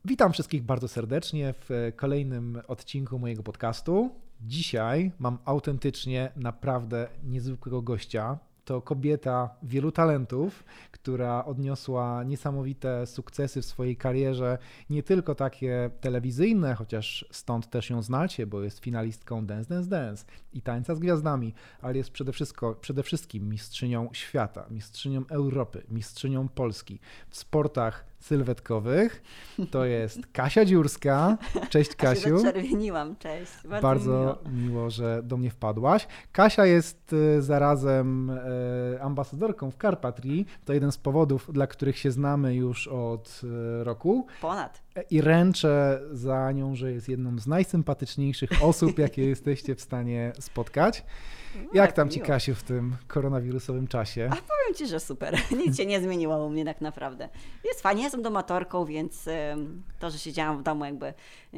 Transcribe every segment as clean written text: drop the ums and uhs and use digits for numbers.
Witam wszystkich bardzo serdecznie w kolejnym odcinku mojego podcastu. Dzisiaj mam autentycznie naprawdę niezwykłego gościa. To kobieta wielu talentów, która odniosła niesamowite sukcesy w swojej karierze, nie tylko takie telewizyjne, chociaż stąd też ją znacie, bo jest finalistką Dance Dance Dance i Tańca z Gwiazdami, ale jest przede wszystkim mistrzynią świata, mistrzynią Europy, mistrzynią Polski w sportach sylwetkowych. To jest Kasia Dziurska. Cześć, Kasiu. Ja się zaczerwieniłam, cześć. Bardzo miło, że do mnie wpadłaś. Kasia jest zarazem ambasadorką w Carpatry. To jeden z powodów, dla których się znamy już od roku. Ponad. I ręczę za nią, że jest jedną z najsympatyczniejszych osób, jakie jesteście w stanie spotkać. Jak tam ci, Kasiu, w tym koronawirusowym czasie? A powiem ci, że super. Nic się nie zmieniło u mnie tak naprawdę. Jest fajnie, jestem domatorką, więc to, że siedziałam w domu jakby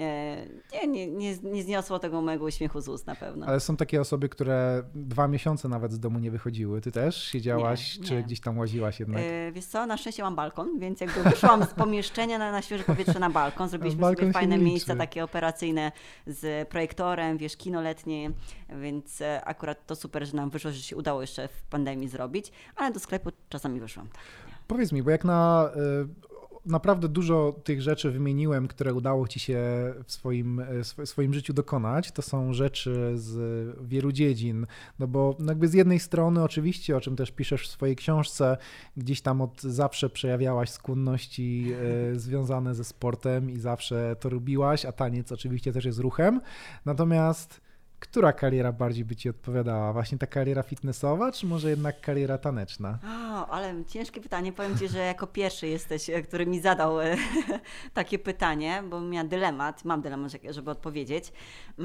nie zniosło tego mojego uśmiechu z ust na pewno. Ale są takie osoby, które 2 miesiące nawet z domu nie wychodziły. Ty też siedziałaś, czy gdzieś tam łaziłaś jednak? Wiesz co, na szczęście mam balkon, więc jakby wyszłam z pomieszczenia na świeże powietrze na balkon. Zrobiliśmy sobie fajne miejsce takie operacyjne z projektorem, wiesz, kino letnie, więc akurat to super, że nam wyszło, że się udało jeszcze w pandemii zrobić, ale do sklepu czasami wyszłam. Tak. Powiedz mi, bo jak naprawdę dużo tych rzeczy wymieniłem, które udało ci się w swoim życiu dokonać, to są rzeczy z wielu dziedzin, no bo jakby z jednej strony oczywiście, o czym też piszesz w swojej książce, gdzieś tam od zawsze przejawiałaś skłonności związane ze sportem i zawsze to lubiłaś, a taniec oczywiście też jest ruchem, natomiast która kariera bardziej by ci odpowiadała? Właśnie ta kariera fitnessowa, czy może jednak kariera taneczna? Ale ciężkie pytanie. Powiem ci, że jako pierwszy jesteś, który mi zadał takie pytanie, bo mam dylemat, żeby odpowiedzieć.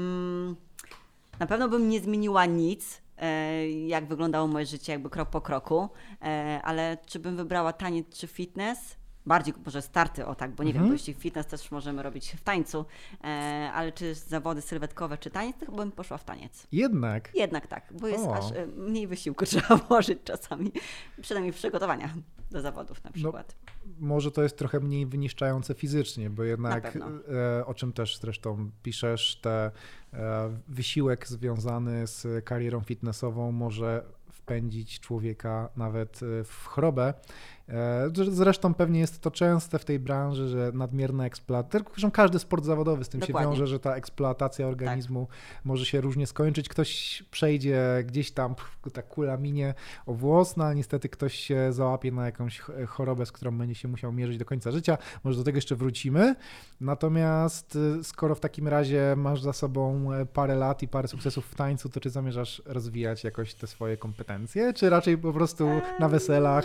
Na pewno bym nie zmieniła nic, jak wyglądało moje życie jakby krok po kroku, ale czy bym wybrała taniec czy fitness? Bardziej może starty, bo nie wiem, bo jeśli fitness też możemy robić w tańcu, ale czy zawody sylwetkowe, czy taniec, to chyba bym poszła w taniec. Jednak? Jednak tak, bo jest aż mniej wysiłku trzeba włożyć czasami, przynajmniej w przygotowaniach do zawodów na przykład. No, może to jest trochę mniej wyniszczające fizycznie, bo jednak, o czym też zresztą piszesz, wysiłek związany z karierą fitnessową może wpędzić człowieka nawet w chorobę. Zresztą pewnie jest to częste w tej branży, że nadmierna eksploatacja, zresztą każdy sport zawodowy z tym się wiąże, że ta eksploatacja organizmu może się różnie skończyć. Ktoś przejdzie gdzieś tam, ta kula minie o włos, no ale niestety ktoś się załapie na jakąś chorobę, z którą będzie się musiał mierzyć do końca życia. Może do tego jeszcze wrócimy. Natomiast skoro w takim razie masz za sobą parę lat i parę sukcesów w tańcu, to czy zamierzasz rozwijać jakoś te swoje kompetencje, czy raczej po prostu na weselach?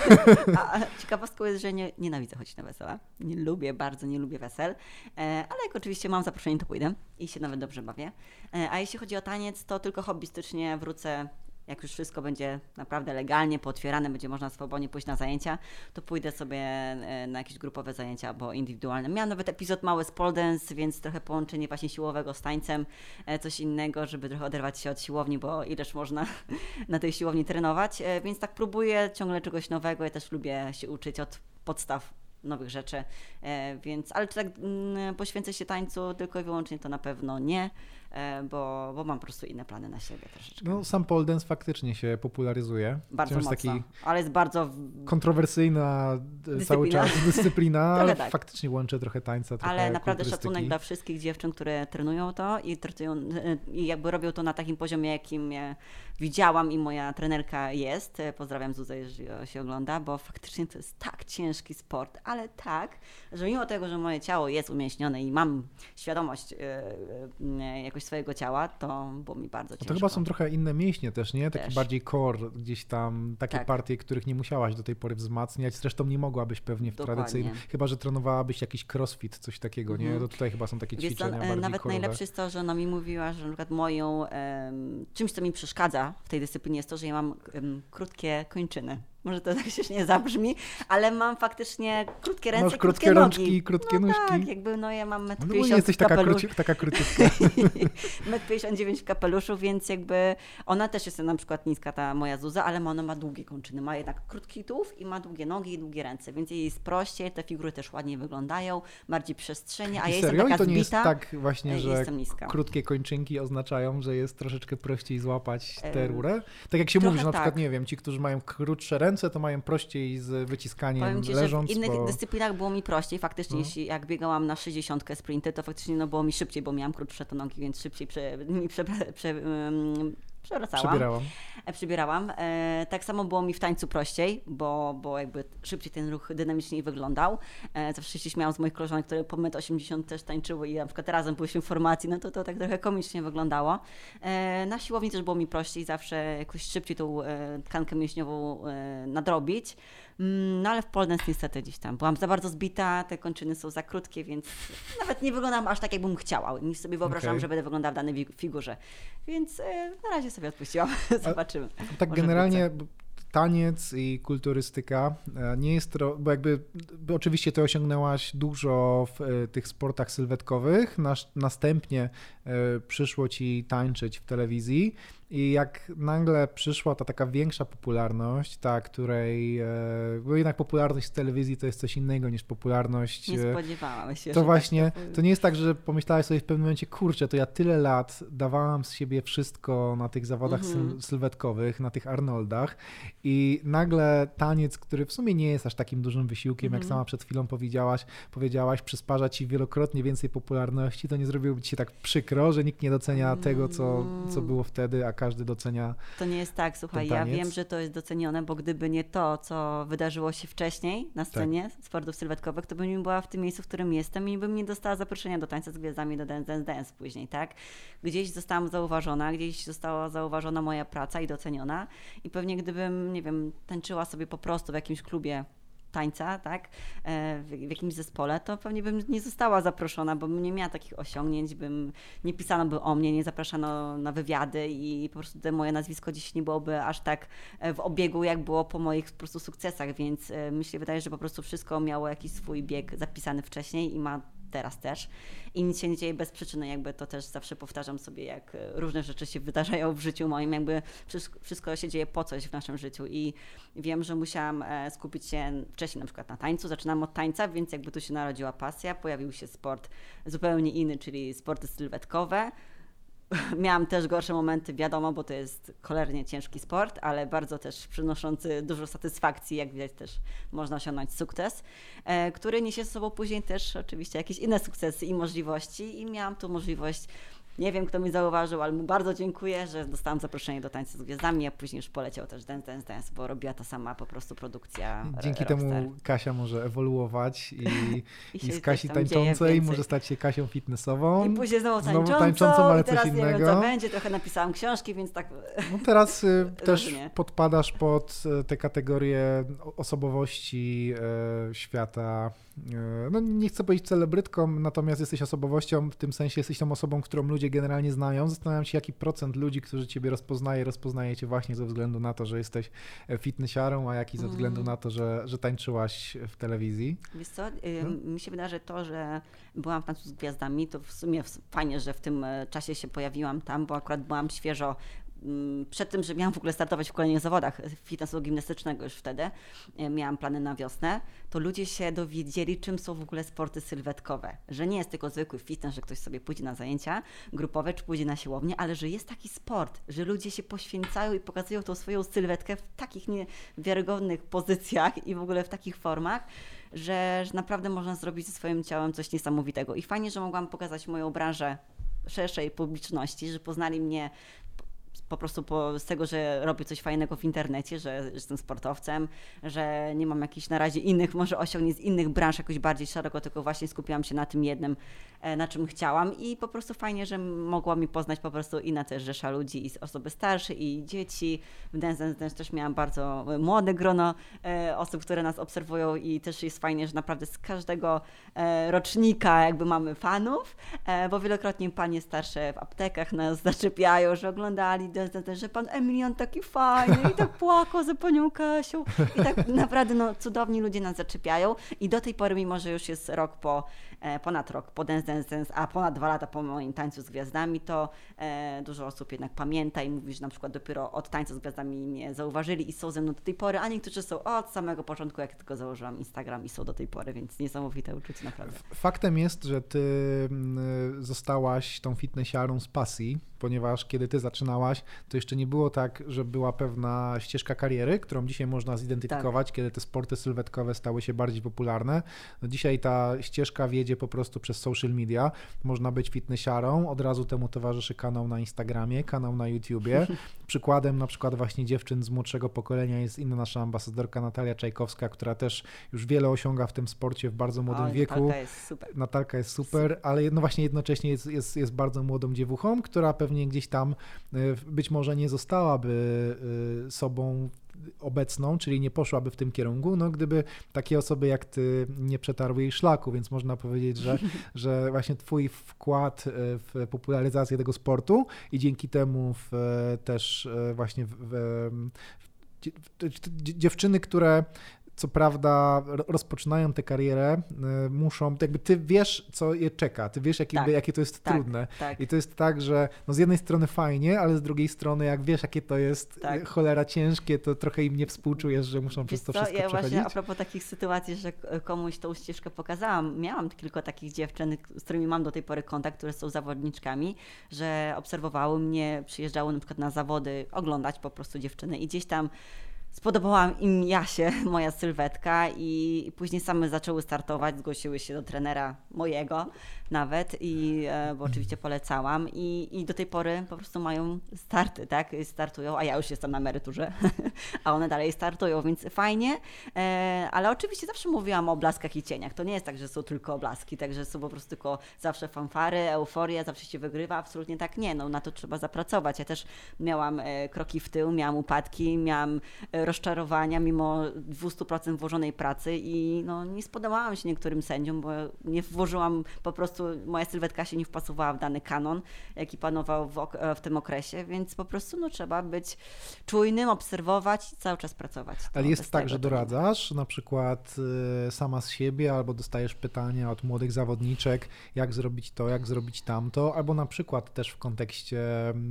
A ciekawostką jest, że nienawidzę chodzić na wesela. Bardzo nie lubię wesel, ale jak oczywiście mam zaproszenie, to pójdę i się nawet dobrze bawię. A jeśli chodzi o taniec, to tylko hobbystycznie wrócę, jak już wszystko będzie naprawdę legalnie pootwierane, będzie można swobodnie pójść na zajęcia, to pójdę sobie na jakieś grupowe zajęcia albo indywidualne. Miałam nawet epizod mały z pole dance, więc trochę połączenie właśnie siłowego z tańcem, coś innego, żeby trochę oderwać się od siłowni, bo ileż można na tej siłowni trenować, więc tak próbuję ciągle czegoś nowego. Ja też lubię się uczyć od podstaw nowych rzeczy, ale czy tak poświęcę się tańcu tylko i wyłącznie, to na pewno nie, bo mam po prostu inne plany na siebie troszeczkę. No sam pole dance faktycznie się popularyzuje. Bardzo mocno, taki ale jest bardzo kontrowersyjna cały czas dyscyplina, ale tak. Faktycznie łączy trochę tańca, trochę ale naprawdę szacunek dla wszystkich dziewczyn, które trenują to i jakby robią to na takim poziomie, jakim widziałam i moja trenerka jest. Pozdrawiam Zuzę, jeżeli się ogląda, bo faktycznie to jest tak ciężki sport, ale tak, że mimo tego, że moje ciało jest umięśnione i mam świadomość jakoś swojego ciała, to było mi bardzo ciężko. To chyba są trochę inne mięśnie też, nie? Taki bardziej core, gdzieś tam takie partie, których nie musiałaś do tej pory wzmacniać. Zresztą nie mogłabyś pewnie w tradycyjnym, chyba że trenowałabyś jakiś crossfit, coś takiego, nie? To tutaj chyba są takie ćwiczenia bardziej nawet korowe. Najlepsze jest to, że ona mi mówiła, że na przykład czymś, co mi przeszkadza w tej dyscyplinie jest to, że ja mam krótkie kończyny. Może to tak się nie zabrzmi, ale mam faktycznie krótkie ręce, masz krótkie nogi. rączki, krótkie nóżki. Tak, jakby ja mam 1,50 m nie jesteś w kapeluszu. taka króciutka. 1,59 m w kapeluszu, więc jakby ona też jest na przykład niska, ta moja Zuza, ale ona ma długie kończyny, ma jednak krótki tułów i ma długie nogi i długie ręce, więc jej jest prościej, te figury też ładniej wyglądają, bardziej przestrzenie, a ja jestem taka to nie zbita, jest tak właśnie, że niska. krótkie kończynki oznaczają, że jest troszeczkę prościej złapać tę rurę? Tak jak się mówi, że na przykład, nie wiem, ci, którzy mają krótsze ręce, to mają prościej z wyciskaniem Powiem ci, leżąc. że w innych dyscyplinach było mi prościej. Faktycznie, jeśli jak biegałam na 60 sprinty, to faktycznie było mi szybciej, bo miałam krótsze te nogi, więc szybciej przybierałam. Tak samo było mi w tańcu prościej, bo jakby szybciej ten ruch dynamiczniej wyglądał. Zawsze się śmiałam z moich koleżanek, które po 1,80 m też tańczyły i na przykład razem byliśmy w formacji, no to tak trochę komicznie wyglądało. Na siłowni też było mi prościej zawsze jakoś szybciej tą tkankę mięśniową nadrobić. No ale w pole dance niestety gdzieś tam byłam za bardzo zbita, te kończyny są za krótkie, więc nawet nie wyglądam aż tak, jakbym chciała. Nie sobie wyobrażałam, że będę wyglądała w danej figurze. Więc na razie sobie odpuściłam. Zobaczymy. Tak może generalnie taniec i kulturystyka nie jest to, bo oczywiście ty osiągnęłaś dużo w tych sportach sylwetkowych, następnie przyszło ci tańczyć w telewizji i jak nagle przyszła ta taka większa popularność, bo jednak popularność w telewizji to jest coś innego niż popularność... Nie spodziewałam się, to właśnie, to nie jest tak, że pomyślałaś sobie w pewnym momencie, kurczę, to ja tyle lat dawałam z siebie wszystko na tych zawodach sylwetkowych, na tych Arnoldach i nagle taniec, który w sumie nie jest aż takim dużym wysiłkiem, jak sama przed chwilą powiedziałaś, przysparza ci wielokrotnie więcej popularności, to nie zrobiłoby ci się tak przykro, że nikt nie docenia tego, co było wtedy, a każdy docenia. To nie jest tak, słuchaj, ja wiem, że to jest docenione, bo gdyby nie to, co wydarzyło się wcześniej na scenie sportów sylwetkowych, to bym nie była w tym miejscu, w którym jestem i bym nie dostała zaproszenia do Tańca z Gwiazdami, do Dance później, tak? Gdzieś zostałam zauważona, gdzieś została zauważona moja praca i doceniona i pewnie gdybym, nie wiem, tańczyła sobie po prostu w jakimś klubie tańca, tak, w jakimś zespole, to pewnie bym nie została zaproszona, bo bym nie miała takich osiągnięć, nie pisano by o mnie, nie zapraszano na wywiady i po prostu moje nazwisko dziś nie byłoby aż tak w obiegu, jak było po moich po prostu sukcesach, więc mi się wydaje, że po prostu wszystko miało jakiś swój bieg zapisany wcześniej i ma teraz też. I nic się nie dzieje bez przyczyny, jakby to też zawsze powtarzam sobie, jak różne rzeczy się wydarzają w życiu moim, jakby wszystko się dzieje po coś w naszym życiu i wiem, że musiałam skupić się wcześniej na przykład na tańcu, zaczynam od tańca, więc jakby tu się narodziła pasja, pojawił się sport zupełnie inny, czyli sporty sylwetkowe. Miałam też gorsze momenty, wiadomo, bo to jest cholernie ciężki sport, ale bardzo też przynoszący dużo satysfakcji, jak widać też można osiągnąć sukces, który niesie ze sobą później też oczywiście jakieś inne sukcesy i możliwości i miałam tu możliwość. Nie wiem, kto mi zauważył, ale mu bardzo dziękuję, że dostałam zaproszenie do Tańca z Gwiazdami, a później już poleciał też Dance, bo robiła to sama po prostu produkcja. Dzięki temu Kasia może ewoluować i z Kasi tańczącej może stać się Kasią fitnessową. I później znowu tańczącą, ale teraz coś innego. Nie wiem, co będzie, trochę napisałam książki, więc tak... No teraz też podpadasz pod te kategorie osobowości świata. No nie chcę powiedzieć celebrytką, natomiast jesteś osobowością, w tym sensie jesteś tą osobą, którą ludzie generalnie znają. Zastanawiam się, jaki procent ludzi, którzy ciebie rozpoznaje cię właśnie ze względu na to, że jesteś fitnessiarą, a jaki ze względu na to, że tańczyłaś w telewizji. Wiesz co, mi się wydaje, że to, że byłam w Tańcu z Gwiazdami, to w sumie fajnie, że w tym czasie się pojawiłam tam, bo akurat byłam świeżo przed tym, że miałam w ogóle startować w kolejnych zawodach fitnessu gimnastycznego już wtedy, miałam plany na wiosnę, to ludzie się dowiedzieli, czym są w ogóle sporty sylwetkowe. Że nie jest tylko zwykły fitness, że ktoś sobie pójdzie na zajęcia grupowe, czy pójdzie na siłownię, ale że jest taki sport, że ludzie się poświęcają i pokazują tą swoją sylwetkę w takich niewiarygodnych pozycjach i w ogóle w takich formach, że naprawdę można zrobić ze swoim ciałem coś niesamowitego. I fajnie, że mogłam pokazać moją branżę szerszej publiczności, że poznali mnie po prostu z tego, że robię coś fajnego w internecie, że jestem sportowcem, że nie mam jakichś na razie innych może osiągnięć z innych branż jakoś bardziej szeroko, tylko właśnie skupiłam się na tym jednym, na czym chciałam i po prostu fajnie, że mogła mi poznać po prostu inna też rzesza ludzi i osoby starsze i dzieci. W Dance też miałam bardzo młode grono osób, które nas obserwują i też jest fajnie, że naprawdę z każdego rocznika jakby mamy fanów, bo wielokrotnie panie starsze w aptekach nas zaczepiają, że oglądali że pan Emilian taki fajny i tak płakał za panią Kasią. I tak naprawdę no, cudowni ludzie nas zaczepiają i do tej pory, mimo że już jest ponad rok po Dance, a ponad 2 lata po moim Tańcu z Gwiazdami, to dużo osób jednak pamięta i mówi, że na przykład dopiero od Tańca z Gwiazdami mnie zauważyli i są ze mną do tej pory, a niektórzy są od samego początku, jak tylko założyłam Instagram i są do tej pory, więc niesamowite uczucie naprawdę. Faktem jest, że ty zostałaś tą fitnessiarą z pasji, ponieważ kiedy ty zaczynałaś, to jeszcze nie było tak, że była pewna ścieżka kariery, którą dzisiaj można zidentyfikować, tak. Kiedy te sporty sylwetkowe stały się bardziej popularne. No dzisiaj ta ścieżka wiedzie po prostu przez social media. Można być fitnessiarą, od razu temu towarzyszy kanał na Instagramie, kanał na YouTubie. Przykładem na przykład właśnie dziewczyn z młodszego pokolenia jest inna nasza ambasadorka Natalia Czajkowska, która też już wiele osiąga w tym sporcie w bardzo młodym wieku. Natalka jest super, ale jednocześnie jest bardzo młodą dziewuchą, która pewnie gdzieś tam być może nie zostałaby sobą obecną, czyli nie poszłaby w tym kierunku, no gdyby takie osoby jak ty nie przetarły jej szlaku, więc można powiedzieć, że właśnie twój wkład w popularyzację tego sportu i dzięki temu też właśnie dziewczyny, które co prawda rozpoczynają tę karierę, muszą, jakby ty wiesz, co je czeka, ty wiesz, jakie to jest trudne. Tak. I to jest tak, że no z jednej strony fajnie, ale z drugiej strony, jak wiesz, jakie to jest cholera ciężkie, to trochę im nie współczujesz, że muszą przez to wszystko przechodzić. Właśnie a propos takich sytuacji, że komuś tą ścieżkę pokazałam, miałam kilka takich dziewczyn, z którymi mam do tej pory kontakt, które są zawodniczkami, że obserwowały mnie, przyjeżdżały na przykład na zawody oglądać po prostu dziewczyny i gdzieś tam spodobała im Jasie, moja sylwetka i później same zaczęły startować, zgłosiły się do trenera mojego nawet, bo oczywiście polecałam i do tej pory po prostu mają starty, tak, startują, a ja już jestem na emeryturze, a one dalej startują, więc fajnie, ale oczywiście zawsze mówiłam o blaskach i cieniach, to nie jest tak, że są tylko blaski, także są po prostu tylko zawsze fanfary, euforia, zawsze się wygrywa, absolutnie tak nie, no na to trzeba zapracować, ja też miałam kroki w tył, miałam upadki, miałam rozczarowania mimo 200% włożonej pracy i no, nie spodobałam się niektórym sędziom, bo nie włożyłam po prostu, moja sylwetka się nie wpasowała w dany kanon, jaki panował w tym okresie, więc po prostu no, trzeba być czujnym, obserwować i cały czas pracować. Ale jest tak, że doradzasz na przykład sama z siebie albo dostajesz pytania od młodych zawodniczek, jak zrobić to, jak zrobić tamto, albo na przykład też w kontekście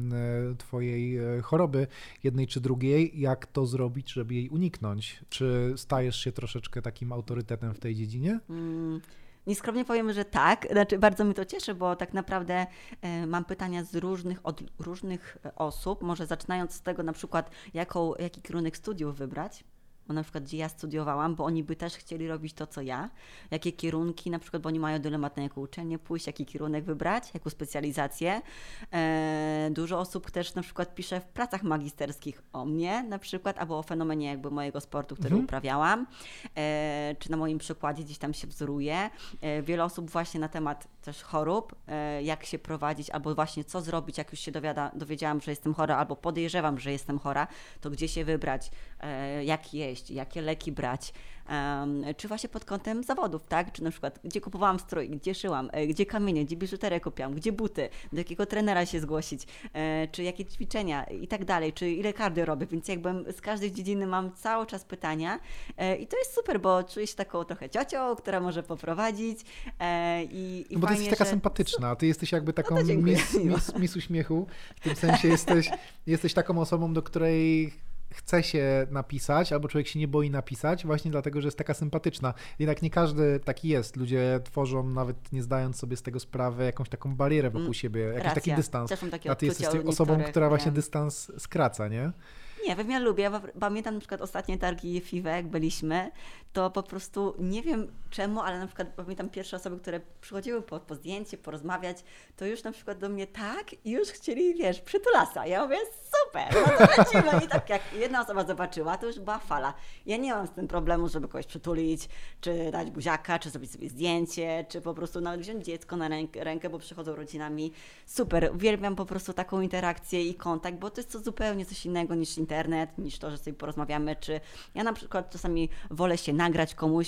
twojej choroby jednej czy drugiej, jak to zrobić, żeby jej uniknąć? Czy stajesz się troszeczkę takim autorytetem w tej dziedzinie? Nieskromnie powiemy, że tak. Znaczy, bardzo mnie to cieszy, bo tak naprawdę mam pytania od różnych osób, może zaczynając z tego na przykład, jaki kierunek studiów wybrać. Bo na przykład gdzie ja studiowałam, bo oni by też chcieli robić to, co ja. Jakie kierunki, na przykład, bo oni mają dylemat na jaką uczelnię pójść, jaki kierunek wybrać, jaką specjalizację. Dużo osób też na przykład pisze w pracach magisterskich o mnie na przykład, albo o fenomenie jakby mojego sportu, który uprawiałam, czy na moim przykładzie gdzieś tam się wzoruje. Wiele osób właśnie na temat też chorób, jak się prowadzić, albo właśnie co zrobić, jak już się dowiedziałam, że jestem chora, albo podejrzewam, że jestem chora, to gdzie się wybrać, jak jeść, jakie leki brać, czy właśnie pod kątem zawodów, tak? Czy na przykład gdzie kupowałam strój, gdzie szyłam, gdzie kamienie, gdzie biżuterię kupiłam, gdzie buty, do jakiego trenera się zgłosić, czy jakie ćwiczenia i tak dalej, czy ile cardio robię, więc jakby z każdej dziedziny mam cały czas pytania i to jest super, bo czuję się taką trochę ciocią, która może poprowadzić i no bo fajnie, ty jesteś taka sympatyczna, ty jesteś jakby taką miss uśmiechu, w tym sensie jesteś taką osobą, do której chce się napisać, albo człowiek się nie boi napisać, właśnie dlatego, że jest taka sympatyczna. Jednak nie każdy taki jest. Ludzie tworzą, nawet nie zdając sobie z tego sprawy, jakąś taką barierę wokół siebie, jakiś taki dystans. A ty jesteś osobą, która właśnie dystans skraca, nie? Nie, wiem, ja lubię. Pamiętam na przykład ostatnie targi FIWE, jak byliśmy, to po prostu nie wiem czemu, ale na przykład pamiętam pierwsze osoby, które przychodziły po zdjęcie, porozmawiać, to już na przykład do mnie tak i już chcieli, wiesz, przytulasa. Ja mówię, super, no to lecimy. I tak jak jedna osoba zobaczyła, to już była fala. Ja nie mam z tym problemu, żeby kogoś przytulić, czy dać buziaka, czy zrobić sobie zdjęcie, czy po prostu nawet wziąć dziecko na rękę, bo przychodzą rodzinami. Super, uwielbiam po prostu taką interakcję i kontakt, bo to jest zupełnie coś innego niż internet, niż to, że sobie porozmawiamy, czy ja na przykład czasami wolę się nagrać komuś,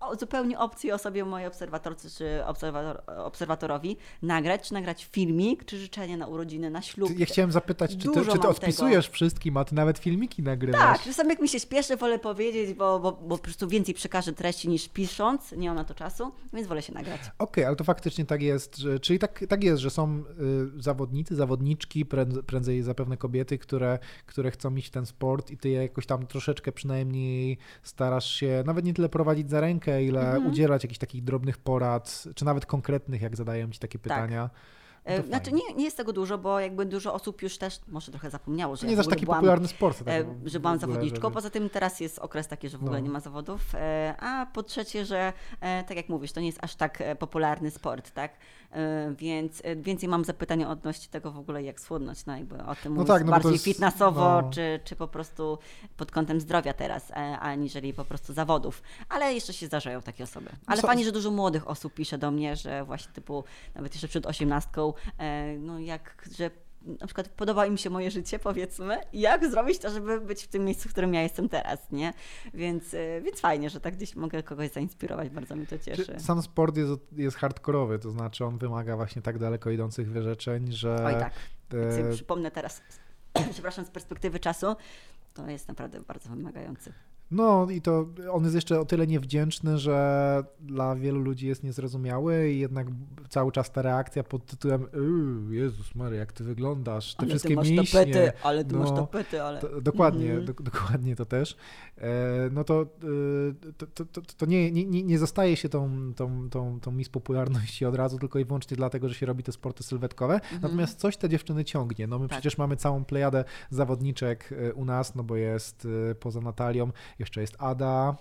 zupełnie obcej osobie, mojej obserwatorce czy obserwatorowi nagrać, czy nagrać filmik, czy życzenie na urodziny, na ślub. Ja chciałem zapytać, czy ty odpisujesz wszystkim, a ty nawet filmiki nagrywasz? Tak, czasami jak mi się śpieszy, wolę powiedzieć, bo po prostu więcej przekażę treści niż pisząc, nie mam na to czasu, więc wolę się nagrać. Okej, ale to faktycznie tak jest, czyli tak jest, że są zawodnicy, zawodniczki, prędzej zapewne kobiety, które chcą iść w ten sport i ty jakoś tam troszeczkę przynajmniej starasz się nawet nie tyle prowadzić za rękę, ile udzielać jakichś takich drobnych porad, czy nawet konkretnych, jak zadają ci takie pytania. No znaczy nie jest tego dużo, bo jakby dużo osób już też może trochę zapomniało, że nie jest taki popularny sport. Że byłam zawodniczką. Poza tym teraz jest okres taki, że w ogóle nie ma zawodów. A po trzecie, że tak jak mówisz, to nie jest aż tak popularny sport, tak? Więc więcej mam zapytań odnośnie tego w ogóle, jak schudnąć, no jakby o tym bardziej fitnessowo, czy po prostu pod kątem zdrowia teraz, aniżeli po prostu zawodów. Ale jeszcze się zdarzają takie osoby. Ale fajnie, że dużo młodych osób pisze do mnie, że właśnie typu nawet jeszcze przed 18, że na przykład podoba im się moje życie, powiedzmy, i jak zrobić to, żeby być w tym miejscu, w którym ja jestem teraz, nie? Więc fajnie, że tak gdzieś mogę kogoś zainspirować, bardzo mi to cieszy. Sam sport jest hardkorowy, to znaczy on wymaga właśnie tak daleko idących wyrzeczeń, że... Oj tak, jak sobie przypomnę teraz, przepraszam, z perspektywy czasu, to jest naprawdę bardzo wymagający. No i to on jest jeszcze o tyle niewdzięczny, że dla wielu ludzi jest niezrozumiały i jednak cały czas ta reakcja pod tytułem Jezus Maria, jak ty wyglądasz, te wszystkie mięśnie. Ale ty masz tapety, ale... Dokładnie to też. No to nie zostaje się tą Miss Popularności od razu, tylko i wyłącznie dlatego, że się robi te sporty sylwetkowe. Natomiast coś te dziewczyny ciągnie. No my przecież mamy całą plejadę zawodniczek u nas, no bo jest poza Natalią, jeszcze jest Ada,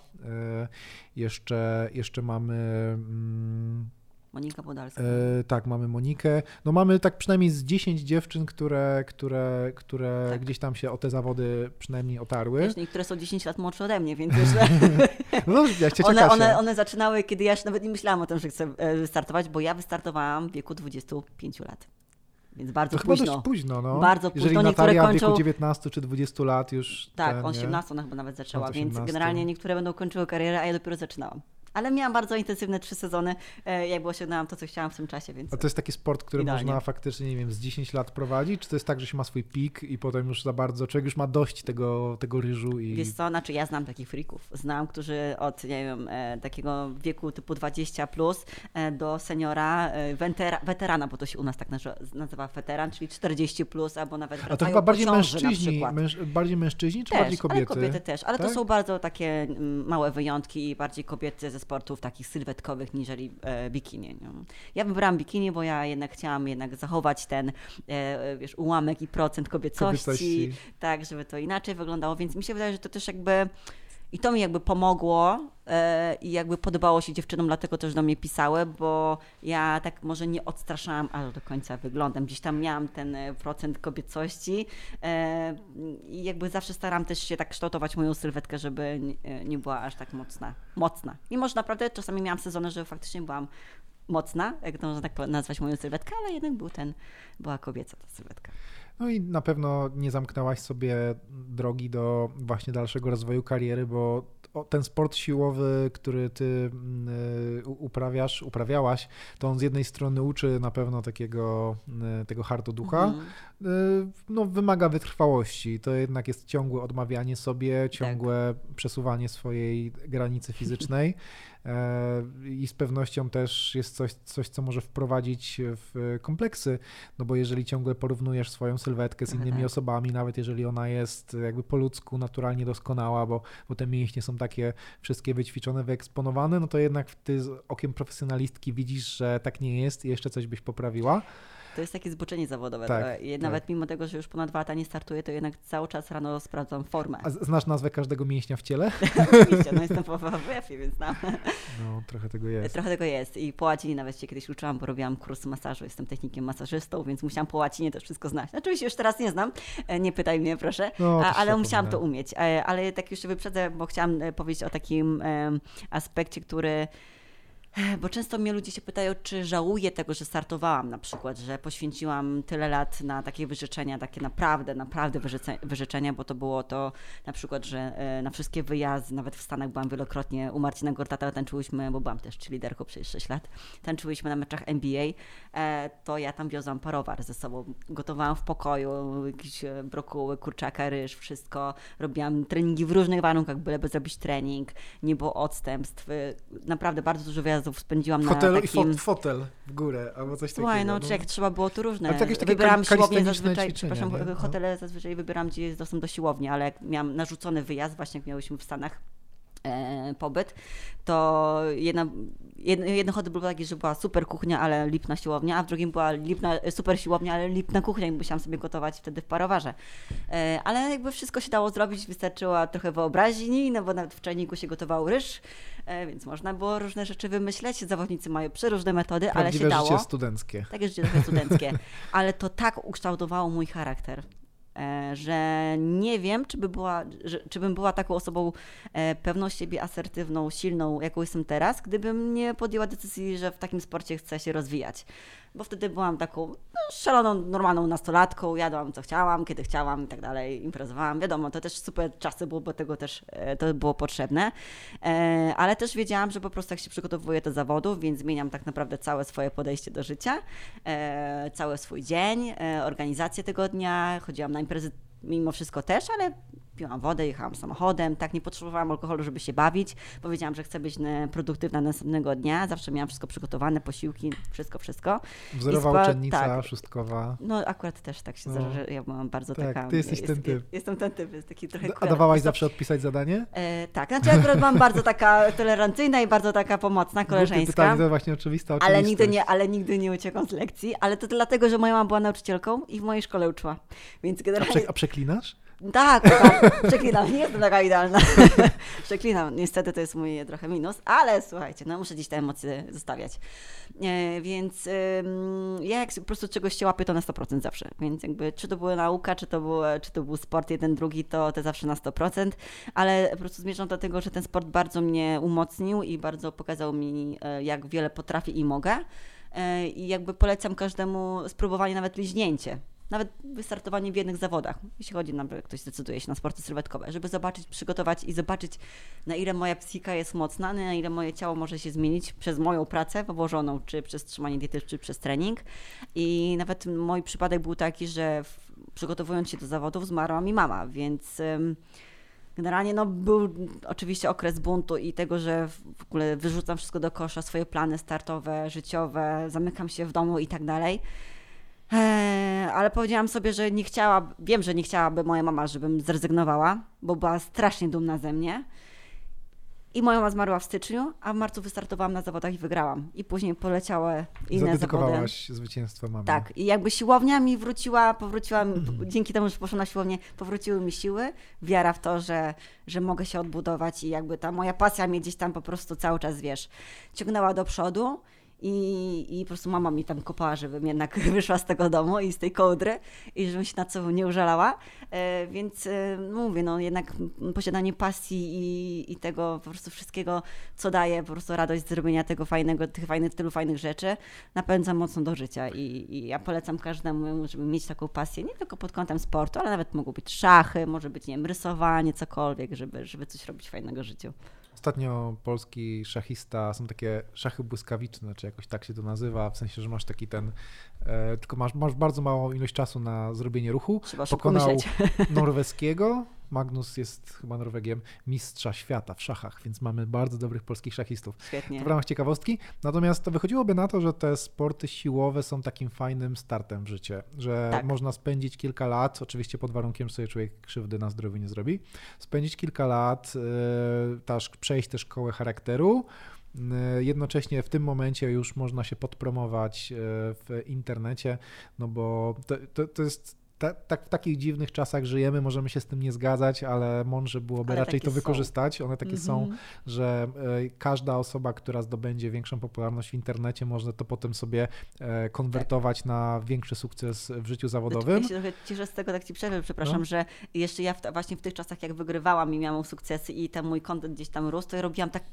jeszcze mamy... Monika Podalska. Tak, mamy Monikę. No mamy tak przynajmniej z 10 dziewczyn, które gdzieś tam się o te zawody przynajmniej otarły. Wiesz, niektóre są 10 lat młodsze ode mnie, więc no, one zaczynały, kiedy ja już nawet nie myślałam o tym, że chcę wystartować, bo ja wystartowałam w wieku 25 lat. Więc bardzo to późno. Chyba dość późno, no. Bardzo późno. Jeżeli Natalia w wieku 19 czy 20 lat już... Tak, 18 ona chyba nawet zaczęła, więc generalnie niektóre będą kończyły karierę, a ja dopiero zaczynałam. Ale miałam bardzo intensywne 3 sezony, jakby osiągnęłam to, co chciałam w tym czasie, więc... A to jest taki sport, który można faktycznie, nie wiem, z 10 lat prowadzić? Czy to jest tak, że się ma swój pik i potem już za bardzo, człowiek już ma dość tego ryżu i... Wiesz co, znaczy ja znam takich freaków. Znam, którzy od, nie wiem, takiego wieku typu 20 plus do seniora, weterana, bo to się u nas tak nazywa weteran, czyli 40 plus, albo nawet a to chyba bardziej mężczyźni, bardziej mężczyźni, czy też, bardziej kobiety? Ale kobiety też, ale tak? To są bardzo takie małe wyjątki i bardziej kobiety ze sportów takich sylwetkowych niżeli bikini. Ja wybrałam bikini, bo ja jednak chciałam zachować ten ułamek i procent kobiecości, tak, żeby to inaczej wyglądało, więc mi się wydaje, że to też jakby i to mi jakby pomogło i jakby podobało się dziewczynom, dlatego też do mnie pisały, bo ja tak może nie odstraszałam aż do końca wyglądem. Gdzieś tam miałam ten procent kobiecości i jakby zawsze staram też się tak kształtować moją sylwetkę, żeby nie była aż tak mocna. Mimo, że naprawdę czasami miałam sezony, że faktycznie byłam mocna, jak to można tak nazwać moją sylwetkę, ale jednak była kobieca ta sylwetka. No i na pewno nie zamknęłaś sobie drogi do właśnie dalszego rozwoju kariery, bo ten sport siłowy, który ty uprawiałaś, to on z jednej strony uczy na pewno tego hardoducha, no wymaga wytrwałości. To jednak jest ciągłe odmawianie sobie, ciągłe przesuwanie swojej granicy fizycznej. I z pewnością też jest coś, co może wprowadzić w kompleksy, no bo jeżeli ciągle porównujesz swoją sylwetkę z innymi osobami, nawet jeżeli ona jest jakby po ludzku naturalnie doskonała, bo te mięśnie są takie wszystkie wyćwiczone, wyeksponowane, no to jednak ty z okiem profesjonalistki widzisz, że tak nie jest i jeszcze coś byś poprawiła. To jest takie zboczenie zawodowe. Tak, nawet mimo tego, że już ponad 2 lata nie startuję, to jednak cały czas rano sprawdzam formę. A znasz nazwę każdego mięśnia w ciele? Oczywiście, no jestem po WF-ie, więc znam. No, trochę tego jest. Trochę tego jest i po łacinie nawet się kiedyś uczyłam, bo robiłam kurs masażu, jestem technikiem masażystą, więc musiałam po łacinie też wszystko znać. Oczywiście już teraz nie znam, nie pytaj mnie proszę, ale musiałam to umieć. Ale tak jeszcze wyprzedzę, bo chciałam powiedzieć o takim aspekcie, który Bo często mnie ludzie się pytają, czy żałuję tego, że startowałam na przykład, że poświęciłam tyle lat na takie wyrzeczenia, takie naprawdę wyrzeczenia, bo to było to na przykład, że na wszystkie wyjazdy, nawet w Stanach byłam wielokrotnie, u Marcina Gortata tańczyłyśmy, bo byłam też cheerleaderką przez 6 lat, tańczyłyśmy na meczach NBA, to ja tam wiozłam parowar ze sobą, gotowałam w pokoju, jakieś brokuły, kurczaka, ryż, wszystko, robiłam treningi w różnych warunkach, byleby zrobić trening, nie było odstępstw, naprawdę bardzo dużo wyjazdów spędziłam na takim... Fotel w górę, albo coś takiego. Słuchaj, no czy jak trzeba było, to różne. To wybieram siłownię zazwyczaj, hotele zazwyczaj wybieram, gdzie jest dostęp do siłowni, ale jak miałam narzucony wyjazd, właśnie jak miałyśmy w Stanach pobyt, to jeden hotel był taki, że była super kuchnia, ale lipna siłownia, a w drugim była super siłownia, ale lipna kuchnia i musiałam sobie gotować wtedy w parowarze. Ale jakby wszystko się dało zrobić, wystarczyło trochę wyobraźni, no bo nawet w czajniku się gotował ryż, więc można było różne rzeczy wymyśleć. Zawodnicy mają przeróżne metody, ale się dało. Życie studenckie. Takie życie trochę studenckie. Ale to tak ukształtowało mój charakter, że nie wiem, czy bym była taką osobą pewną siebie, asertywną, silną, jaką jestem teraz, gdybym nie podjęła decyzji, że w takim sporcie chcę się rozwijać. Bo wtedy byłam taką szaloną, normalną nastolatką, jadłam co chciałam, kiedy chciałam i tak dalej, imprezowałam. Wiadomo, to też super czasy było, bo tego też to było potrzebne, ale też wiedziałam, że po prostu jak się przygotowuję do zawodów, więc zmieniam tak naprawdę całe swoje podejście do życia, cały swój dzień, organizację tego dnia, chodziłam na imprezy mimo wszystko też, ale piłam wodę, jechałam samochodem, tak, nie potrzebowałam alkoholu, żeby się bawić. Powiedziałam, że chcę być produktywna następnego dnia, zawsze miałam wszystko przygotowane, posiłki, wszystko. Wzorowa uczennica, szóstkowa. No akurat też tak się zdarza, że ja byłam bardzo taka... Ty jesteś ten typ. Jestem ten typ, jest taki trochę... A dawałaś zawsze odpisać zadanie? Tak, znaczy akurat byłam bardzo taka tolerancyjna i bardzo taka pomocna, koleżeńska. Pytanie to właśnie oczywista oczywistość. Ale nigdy nie uciekłam z lekcji, ale to dlatego, że moja mama była nauczycielką i w mojej szkole uczyła, więc generalnie... A przeklinasz? Tak, przeklinam, nie jestem taka idealna. Przeklinam, niestety to jest mój trochę minus, ale słuchajcie, no muszę dziś te emocje zostawiać. Więc ja jak po prostu czegoś się łapię, to na 100% zawsze. Więc jakby czy to była nauka, czy to był sport jeden, drugi, to zawsze na 100%, ale po prostu zmierzam do tego, że ten sport bardzo mnie umocnił i bardzo pokazał mi, jak wiele potrafię i mogę. I jakby polecam każdemu spróbowanie nawet liźnięcie. Nawet wystartowanie w jednych zawodach, jeśli chodzi na ktoś decyduje się na sporty sylwetkowe, żeby zobaczyć, przygotować i zobaczyć, na ile moja psychika jest mocna, na ile moje ciało może się zmienić przez moją pracę włożoną, czy przez trzymanie diety, czy przez trening. I nawet mój przypadek był taki, że przygotowując się do zawodów zmarła mi mama, więc generalnie był oczywiście okres buntu i tego, że w ogóle wyrzucam wszystko do kosza, swoje plany startowe, życiowe, zamykam się w domu i tak dalej. Ale powiedziałam sobie, że wiem, że nie chciałaby moja mama, żebym zrezygnowała, bo była strasznie dumna ze mnie. I moja mama zmarła w styczniu, a w marcu wystartowałam na zawodach i wygrałam. I później poleciały inne zawody. Zadedykowałaś zwycięstwo mamie. Tak. I jakby siłownia mi powróciłam, dzięki temu, że poszłam na siłownię, powróciły mi siły, wiara w to, że mogę się odbudować i jakby ta moja pasja mnie gdzieś tam po prostu cały czas, ciągnęła do przodu. I po prostu mama mi tam kopała, żebym jednak wyszła z tego domu i z tej kołdry i żebym się nad sobą nie użalała. Więc mówię, jednak posiadanie pasji i tego po prostu wszystkiego, co daje po prostu radość z zrobienia tego tylu fajnych rzeczy, napędza mocno do życia. I ja polecam każdemu, żeby mieć taką pasję, nie tylko pod kątem sportu, ale nawet mogą być szachy, może być, nie wiem, rysowanie, cokolwiek, żeby coś robić fajnego w życiu. Ostatnio polski szachista, są takie szachy błyskawiczne, czy jakoś tak się to nazywa, w sensie, że masz taki tylko masz bardzo małą ilość czasu na zrobienie ruchu. Trzeba pokonał norweskiego, Magnus jest chyba Norwegiem, mistrza świata w szachach, więc mamy bardzo dobrych polskich szachistów. Świetnie. To w ramach ciekawostki. Natomiast to wychodziłoby na to, że te sporty siłowe są takim fajnym startem w życie, że można spędzić kilka lat, oczywiście pod warunkiem, że sobie człowiek krzywdy na zdrowiu nie zrobi, spędzić kilka lat, przejść tę szkołę charakteru. Jednocześnie w tym momencie już można się podpromować w internecie, no bo to jest w takich dziwnych czasach żyjemy, możemy się z tym nie zgadzać, ale mądrze byłoby raczej to wykorzystać. One takie są, że każda osoba, która zdobędzie większą popularność w internecie, może to potem sobie konwertować na większy sukces w życiu zawodowym. Ja się trochę cieszę z tego, tak ci przerwę, przepraszam, że jeszcze ja właśnie w tych czasach, jak wygrywałam i miałam sukcesy i ten mój content gdzieś tam rósł, to ja robiłam tak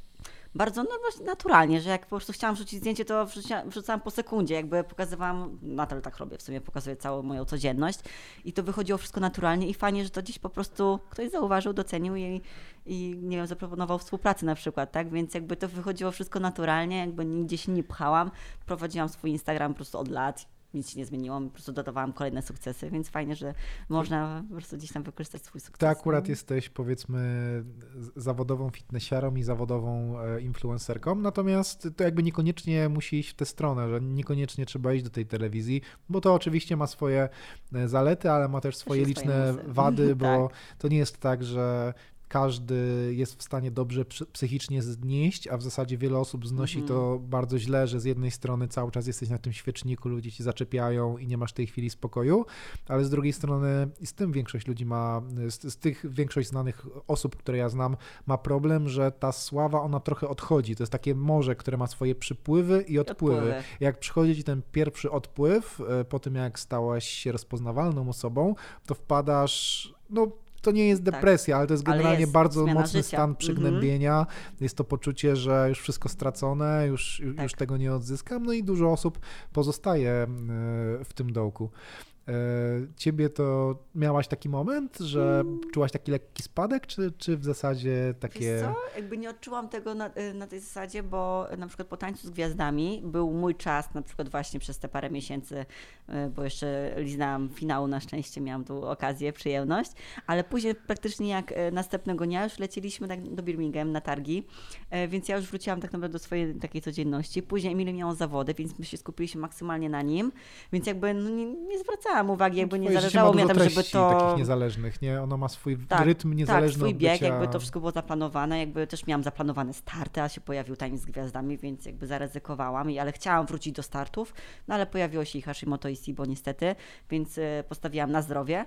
bardzo naturalnie, że jak po prostu chciałam wrzucić zdjęcie, to wrzucałam po sekundzie, jakby pokazywałam, nadal tak robię, w sumie pokazuję całą moją codzienność i to wychodziło wszystko naturalnie i fajnie, że to gdzieś po prostu ktoś zauważył, docenił i nie wiem, zaproponował współpracę na przykład, tak, więc jakby to wychodziło wszystko naturalnie, jakby nigdzie się nie pchałam, prowadziłam swój Instagram po prostu od lat. Nic się nie zmieniło, po prostu dodawałam kolejne sukcesy, więc fajnie, że można po prostu gdzieś tam wykorzystać swój sukces. Ty akurat jesteś, powiedzmy, zawodową fitnessiarą i zawodową influencerką, natomiast to jakby niekoniecznie musi iść w tę stronę, że niekoniecznie trzeba iść do tej telewizji, bo to oczywiście ma swoje zalety, ale ma też swoje liczne wady, bo tak. To nie jest tak, że każdy jest w stanie dobrze psychicznie znieść, a w zasadzie wiele osób znosi to bardzo źle, że z jednej strony cały czas jesteś na tym świeczniku, ludzie ci zaczepiają i nie masz tej chwili spokoju, ale z drugiej strony i z tym większość ludzi ma, z tych większość znanych osób, które ja znam, ma problem, że ta sława, ona trochę odchodzi. To jest takie morze, które ma swoje przypływy i odpływy. Jak przychodzi ci ten pierwszy odpływ, po tym jak stałaś się rozpoznawalną osobą, to wpadasz, to nie jest depresja, ale to jest generalnie bardzo mocny stan przygnębienia. Jest to poczucie, że już wszystko stracone, już tego nie odzyskam, i dużo osób pozostaje w tym dołku. Ciebie to miałaś taki moment, że czułaś taki lekki spadek, czy w zasadzie takie... Wiesz co? Jakby nie odczułam tego na tej zasadzie, bo na przykład po Tańcu z Gwiazdami był mój czas, na przykład właśnie przez te parę miesięcy, bo jeszcze liznałam finału, na szczęście miałam tu okazję, przyjemność, ale później praktycznie jak następnego dnia już lecieliśmy tak do Birmingham na targi, więc ja już wróciłam tak naprawdę do swojej takiej codzienności. Później Emilia miała zawody, więc my się skupiliśmy maksymalnie na nim, więc jakby nie zwracałam uwagi, jakby nie zależało mi na tym, żeby to... takich niezależnych, nie? Ona ma swój rytm niezależny swój od bycia... bieg, jakby to wszystko było zaplanowane, jakby też miałam zaplanowane starty, a się pojawił Taniec z Gwiazdami, więc jakby zaryzykowałam, ale chciałam wrócić do startów, ale pojawiło się i Hashimoto i SIBO niestety, więc postawiłam na zdrowie.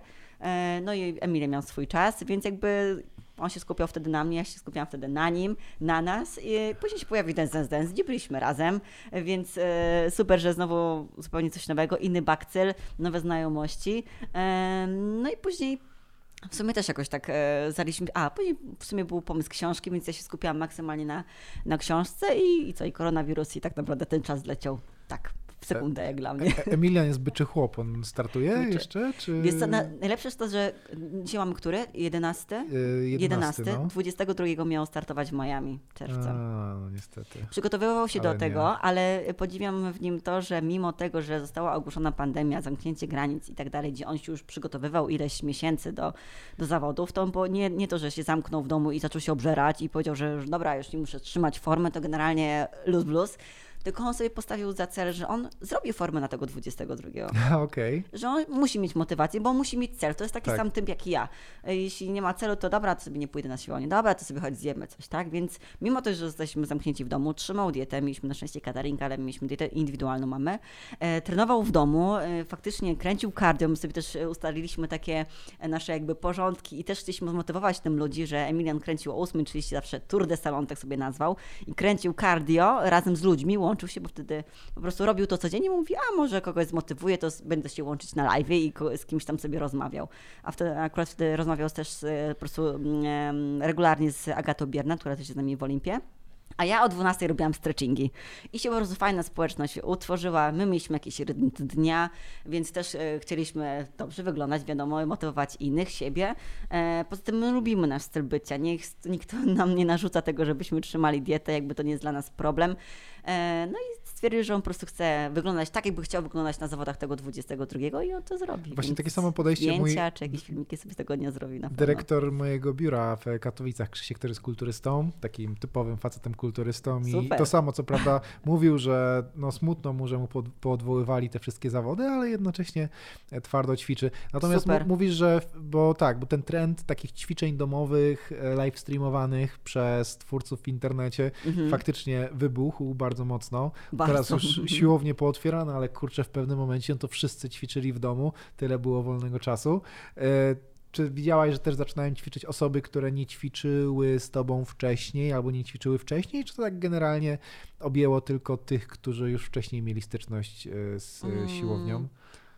I Emilia miał swój czas, więc jakby on się skupiał wtedy na mnie, ja się skupiałam wtedy na nim, na nas i później się pojawił Dance, gdzie byliśmy razem, więc super, że znowu zupełnie coś nowego, inny bakcyl, nowe znajomości. I później w sumie też jakoś tak zaliśmy, później w sumie był pomysł książki, więc ja się skupiałam maksymalnie na książce i koronawirus i tak naprawdę ten czas leciał tak w sekundę jak dla mnie. Emilian jest byczy chłop, on startuje jeszcze? Czy... Wiesz co, najlepsze jest to, że dzisiaj mamy który? 11? 11. 22 miał startować w Miami, czerwca. Niestety. Przygotowywał się do tego, ale podziwiam w nim to, że mimo tego, że została ogłoszona pandemia, zamknięcie granic i tak dalej, gdzie on się już przygotowywał ileś miesięcy do zawodów, to nie to, że się zamknął w domu i zaczął się obżerać i powiedział, że już dobra, już nie muszę trzymać formy, to generalnie luz blues. Tylko on sobie postawił za cel, że on zrobi formę na tego 22. Okay. Że on musi mieć motywację, bo on musi mieć cel. To jest taki sam typ jak i ja. Jeśli nie ma celu, to dobra, to sobie nie pójdę na siłownię. Dobra, to sobie choć zjemy coś, tak? Więc mimo to, że jesteśmy zamknięci w domu, trzymał dietę, mieliśmy na szczęście catering, ale mieliśmy dietę indywidualną mamy. Trenował w domu, faktycznie kręcił cardio. My sobie też ustaliliśmy takie nasze jakby porządki i też chcieliśmy zmotywować tym ludzi, że Emilian kręcił o 8:30 zawsze Tour de Salon, tak sobie nazwał, i kręcił cardio razem z ludźmi, łączył się, bo wtedy po prostu robił to codziennie i mówi, może kogoś zmotywuje, to będę się łączyć na live i z kimś tam sobie rozmawiał. A akurat wtedy rozmawiał też po prostu regularnie z Agatą Biernat, która też jest z nami w Olimpie. A ja o 12 robiłam stretchingi i się po prostu fajna społeczność utworzyła. My mieliśmy jakiś rytm dnia, więc też chcieliśmy dobrze wyglądać, wiadomo, motywować innych, siebie. Poza tym my lubimy nasz styl bycia. Nikt nam nie narzuca tego, żebyśmy trzymali dietę, jakby to nie jest dla nas problem. I stwierdził, że on po prostu chce wyglądać tak, jakby chciał wyglądać na zawodach tego 22 i on to zrobi. Właśnie takie samo podejście. Zdjęcia czy jakieś filmiki sobie z tego dnia zrobi na pewno. Dyrektor mojego biura w Katowicach, Krzysiek, który jest kulturystą, takim typowym facetem kulturystą i to samo, co prawda mówił, że smutno mu, że mu poodwoływali te wszystkie zawody, ale jednocześnie twardo ćwiczy. Natomiast mówisz, że bo ten trend takich ćwiczeń domowych, live streamowanych przez twórców w internecie faktycznie wybuchł bardzo mocno. Teraz już siłownie pootwierane, ale kurczę, w pewnym momencie to wszyscy ćwiczyli w domu, tyle było wolnego czasu. Czy widziałaś, że też zaczynają ćwiczyć osoby, które nie ćwiczyły z tobą wcześniej albo nie ćwiczyły wcześniej, czy to tak generalnie objęło tylko tych, którzy już wcześniej mieli styczność z siłownią?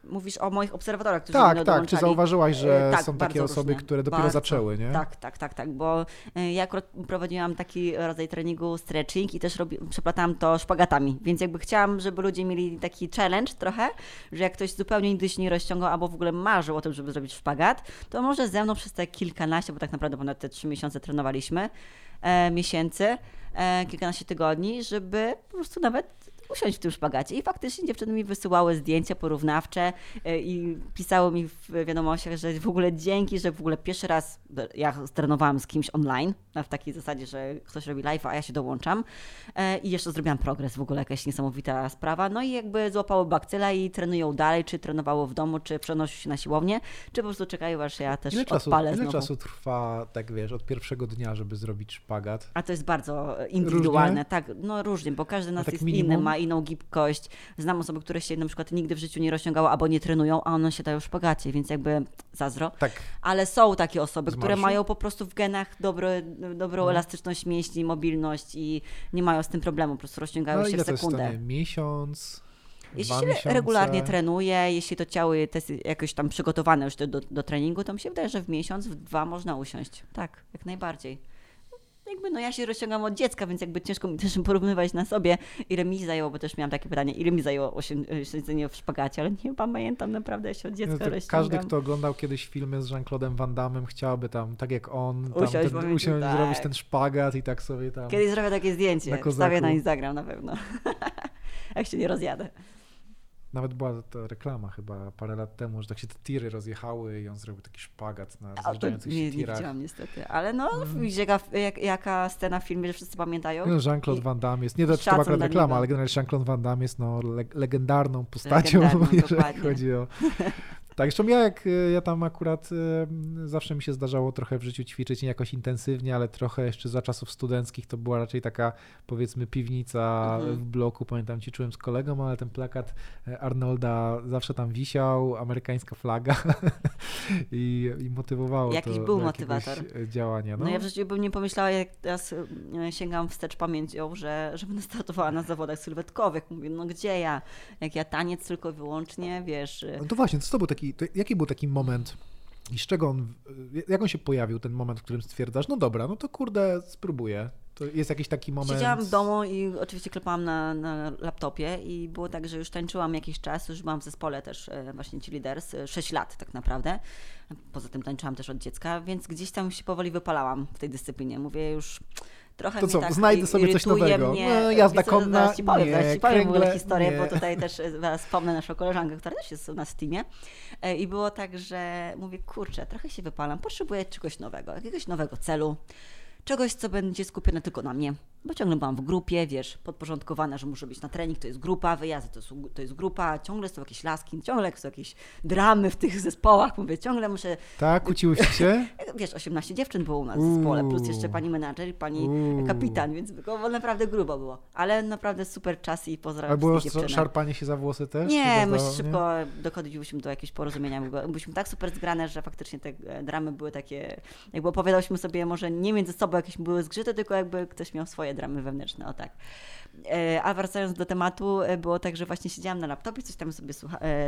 mówisz o moich obserwatorach, którzy tak, mnie dołączali. Czy zauważyłaś, że tak, są takie osoby, różnie. które dopiero zaczęły, nie? Tak, bo ja akurat prowadziłam taki rodzaj treningu stretching i też przeplatałam to szpagatami, więc jakby chciałam, żeby ludzie mieli taki challenge trochę, że jak ktoś zupełnie nigdy się nie rozciągał albo w ogóle marzył o tym, żeby zrobić szpagat, to może ze mną przez te kilkanaście, bo tak naprawdę ponad te 3 miesiące trenowaliśmy, miesięcy, kilkanaście tygodni, żeby po prostu nawet usiąść w tym szpagacie. I faktycznie dziewczyny mi wysyłały zdjęcia porównawcze i pisały mi w wiadomościach, że w ogóle dzięki, że w ogóle pierwszy raz ja trenowałam z kimś online, w takiej zasadzie, że ktoś robi live'a, a ja się dołączam i jeszcze zrobiłam progres, w ogóle jakaś niesamowita sprawa. No i jakby złapały bakcyla i trenują dalej, czy trenowało w domu, czy przenosiły się na siłownię, czy po prostu czekają, aż ja też odpalę znowu. Ile czasu trwa, tak wiesz, od pierwszego dnia, żeby zrobić szpagat? A to jest bardzo indywidualne. Różnie? Tak, no różnie, bo każdy nas tak jest minimum? inny, ma inną gibkość. Znam osoby, które się na przykład nigdy w życiu nie rozciągały albo nie trenują, a one się dają w szpagacie, więc jakby zazdro. Tak. Ale są takie osoby, Z które marszu? mają po prostu w genach dobrą elastyczność mięśni, mobilność i nie mają z tym problemu, po prostu rozciągają się w sekundę. To jest miesiąc? Jeśli 2 się miesiące? regularnie trenuje, jeśli to ciało jest jakoś tam przygotowane już do treningu, to mi się wydaje, że w miesiąc, w 2 można usiąść. Tak, jak najbardziej. Jakby ja się rozciągam od dziecka, więc jakby ciężko mi też porównywać na sobie, ile mi zajęło, bo też miałam takie pytanie, ile mi zajęło siedzenie w szpagacie, ale nie pamiętam naprawdę, ja się od dziecka rozciągam. Każdy, kto oglądał kiedyś filmy z Jean-Claude'em Van Damme, chciałby tam, tak jak on, usiąść, tak. zrobić ten szpagat i tak sobie tam... Kiedyś zrobię takie zdjęcie, wstawię na Instagram na pewno, jak się nie rozjadę. Nawet była ta reklama chyba parę lat temu, że tak się te tiry rozjechały i on zrobił taki szpagat na zjeżdżających się tirach. Nie widziałam niestety, ale jaka scena w filmie, że wszyscy pamiętają. No, Jean-Claude Van Damme jest, nie to czy to akurat reklama, ale generalnie Jean-Claude Van Damme jest legendarną postacią, jeżeli chodzi o... Tak, zresztą ja tam akurat zawsze mi się zdarzało trochę w życiu ćwiczyć, nie jakoś intensywnie, ale trochę jeszcze za czasów studenckich to była raczej taka, powiedzmy, piwnica w bloku. Pamiętam, ćwiczyłem z kolegą, ale ten plakat Arnolda zawsze tam wisiał, amerykańska flaga i motywowało Jakiś to był do motywator działania. No ja w życiu bym nie pomyślała, jak teraz sięgam wstecz pamięcią, że będę startowała na zawodach sylwetkowych. Mówię, no gdzie ja? Jak ja taniec tylko i wyłącznie, wiesz... No to właśnie, co to był jaki był taki moment i z czego jak on się pojawił, ten moment, w którym stwierdzasz, no dobra, no to kurde, spróbuję. To jest jakiś taki moment... Siedziałam w domu i oczywiście klepałam na laptopie i było tak, że już tańczyłam jakiś czas, już byłam w zespole też właśnie Cheerleaders, 6 lat tak naprawdę. Poza tym tańczyłam też od dziecka, więc gdzieś tam się powoli wypalałam w tej dyscyplinie. Mówię już... Trochę to mnie co, tak znajdę sobie coś nowego. Mnie, jazda konna, zaraz ci powiem w ogóle historię, nie. bo tutaj też zaraz wspomnę naszą koleżankę, która też jest u nas w teamie. I było tak, że mówię, kurczę, trochę się wypalam, potrzebuję czegoś nowego, jakiegoś nowego celu, czegoś, co będzie skupione tylko na mnie. Bo ciągle byłam w grupie, wiesz, podporządkowana, że muszę być na trening, to jest grupa, wyjazdy to jest grupa, ciągle są jakieś laski, ciągle są jakieś dramy w tych zespołach, mówię, ciągle muszę... Tak, kłóciłyście się? Wiesz, 18 dziewczyn było u nas w zespole, plus jeszcze pani menadżer i pani kapitan, więc naprawdę grubo było. Ale naprawdę super czas i pozdrawiam wszystkie dziewczyny. A było szarpanie się za włosy też? Nie, my szybko dochodziliśmy do jakiegoś porozumienia. Byliśmy tak super zgrane, że faktycznie te dramy były takie, jakby opowiadałyśmy sobie może nie między sobą jakieś były zgrzyty, tylko jakby ktoś miał swoje dramy wewnętrzne, o tak. A wracając do tematu, było tak, że właśnie siedziałam na laptopie, coś tam sobie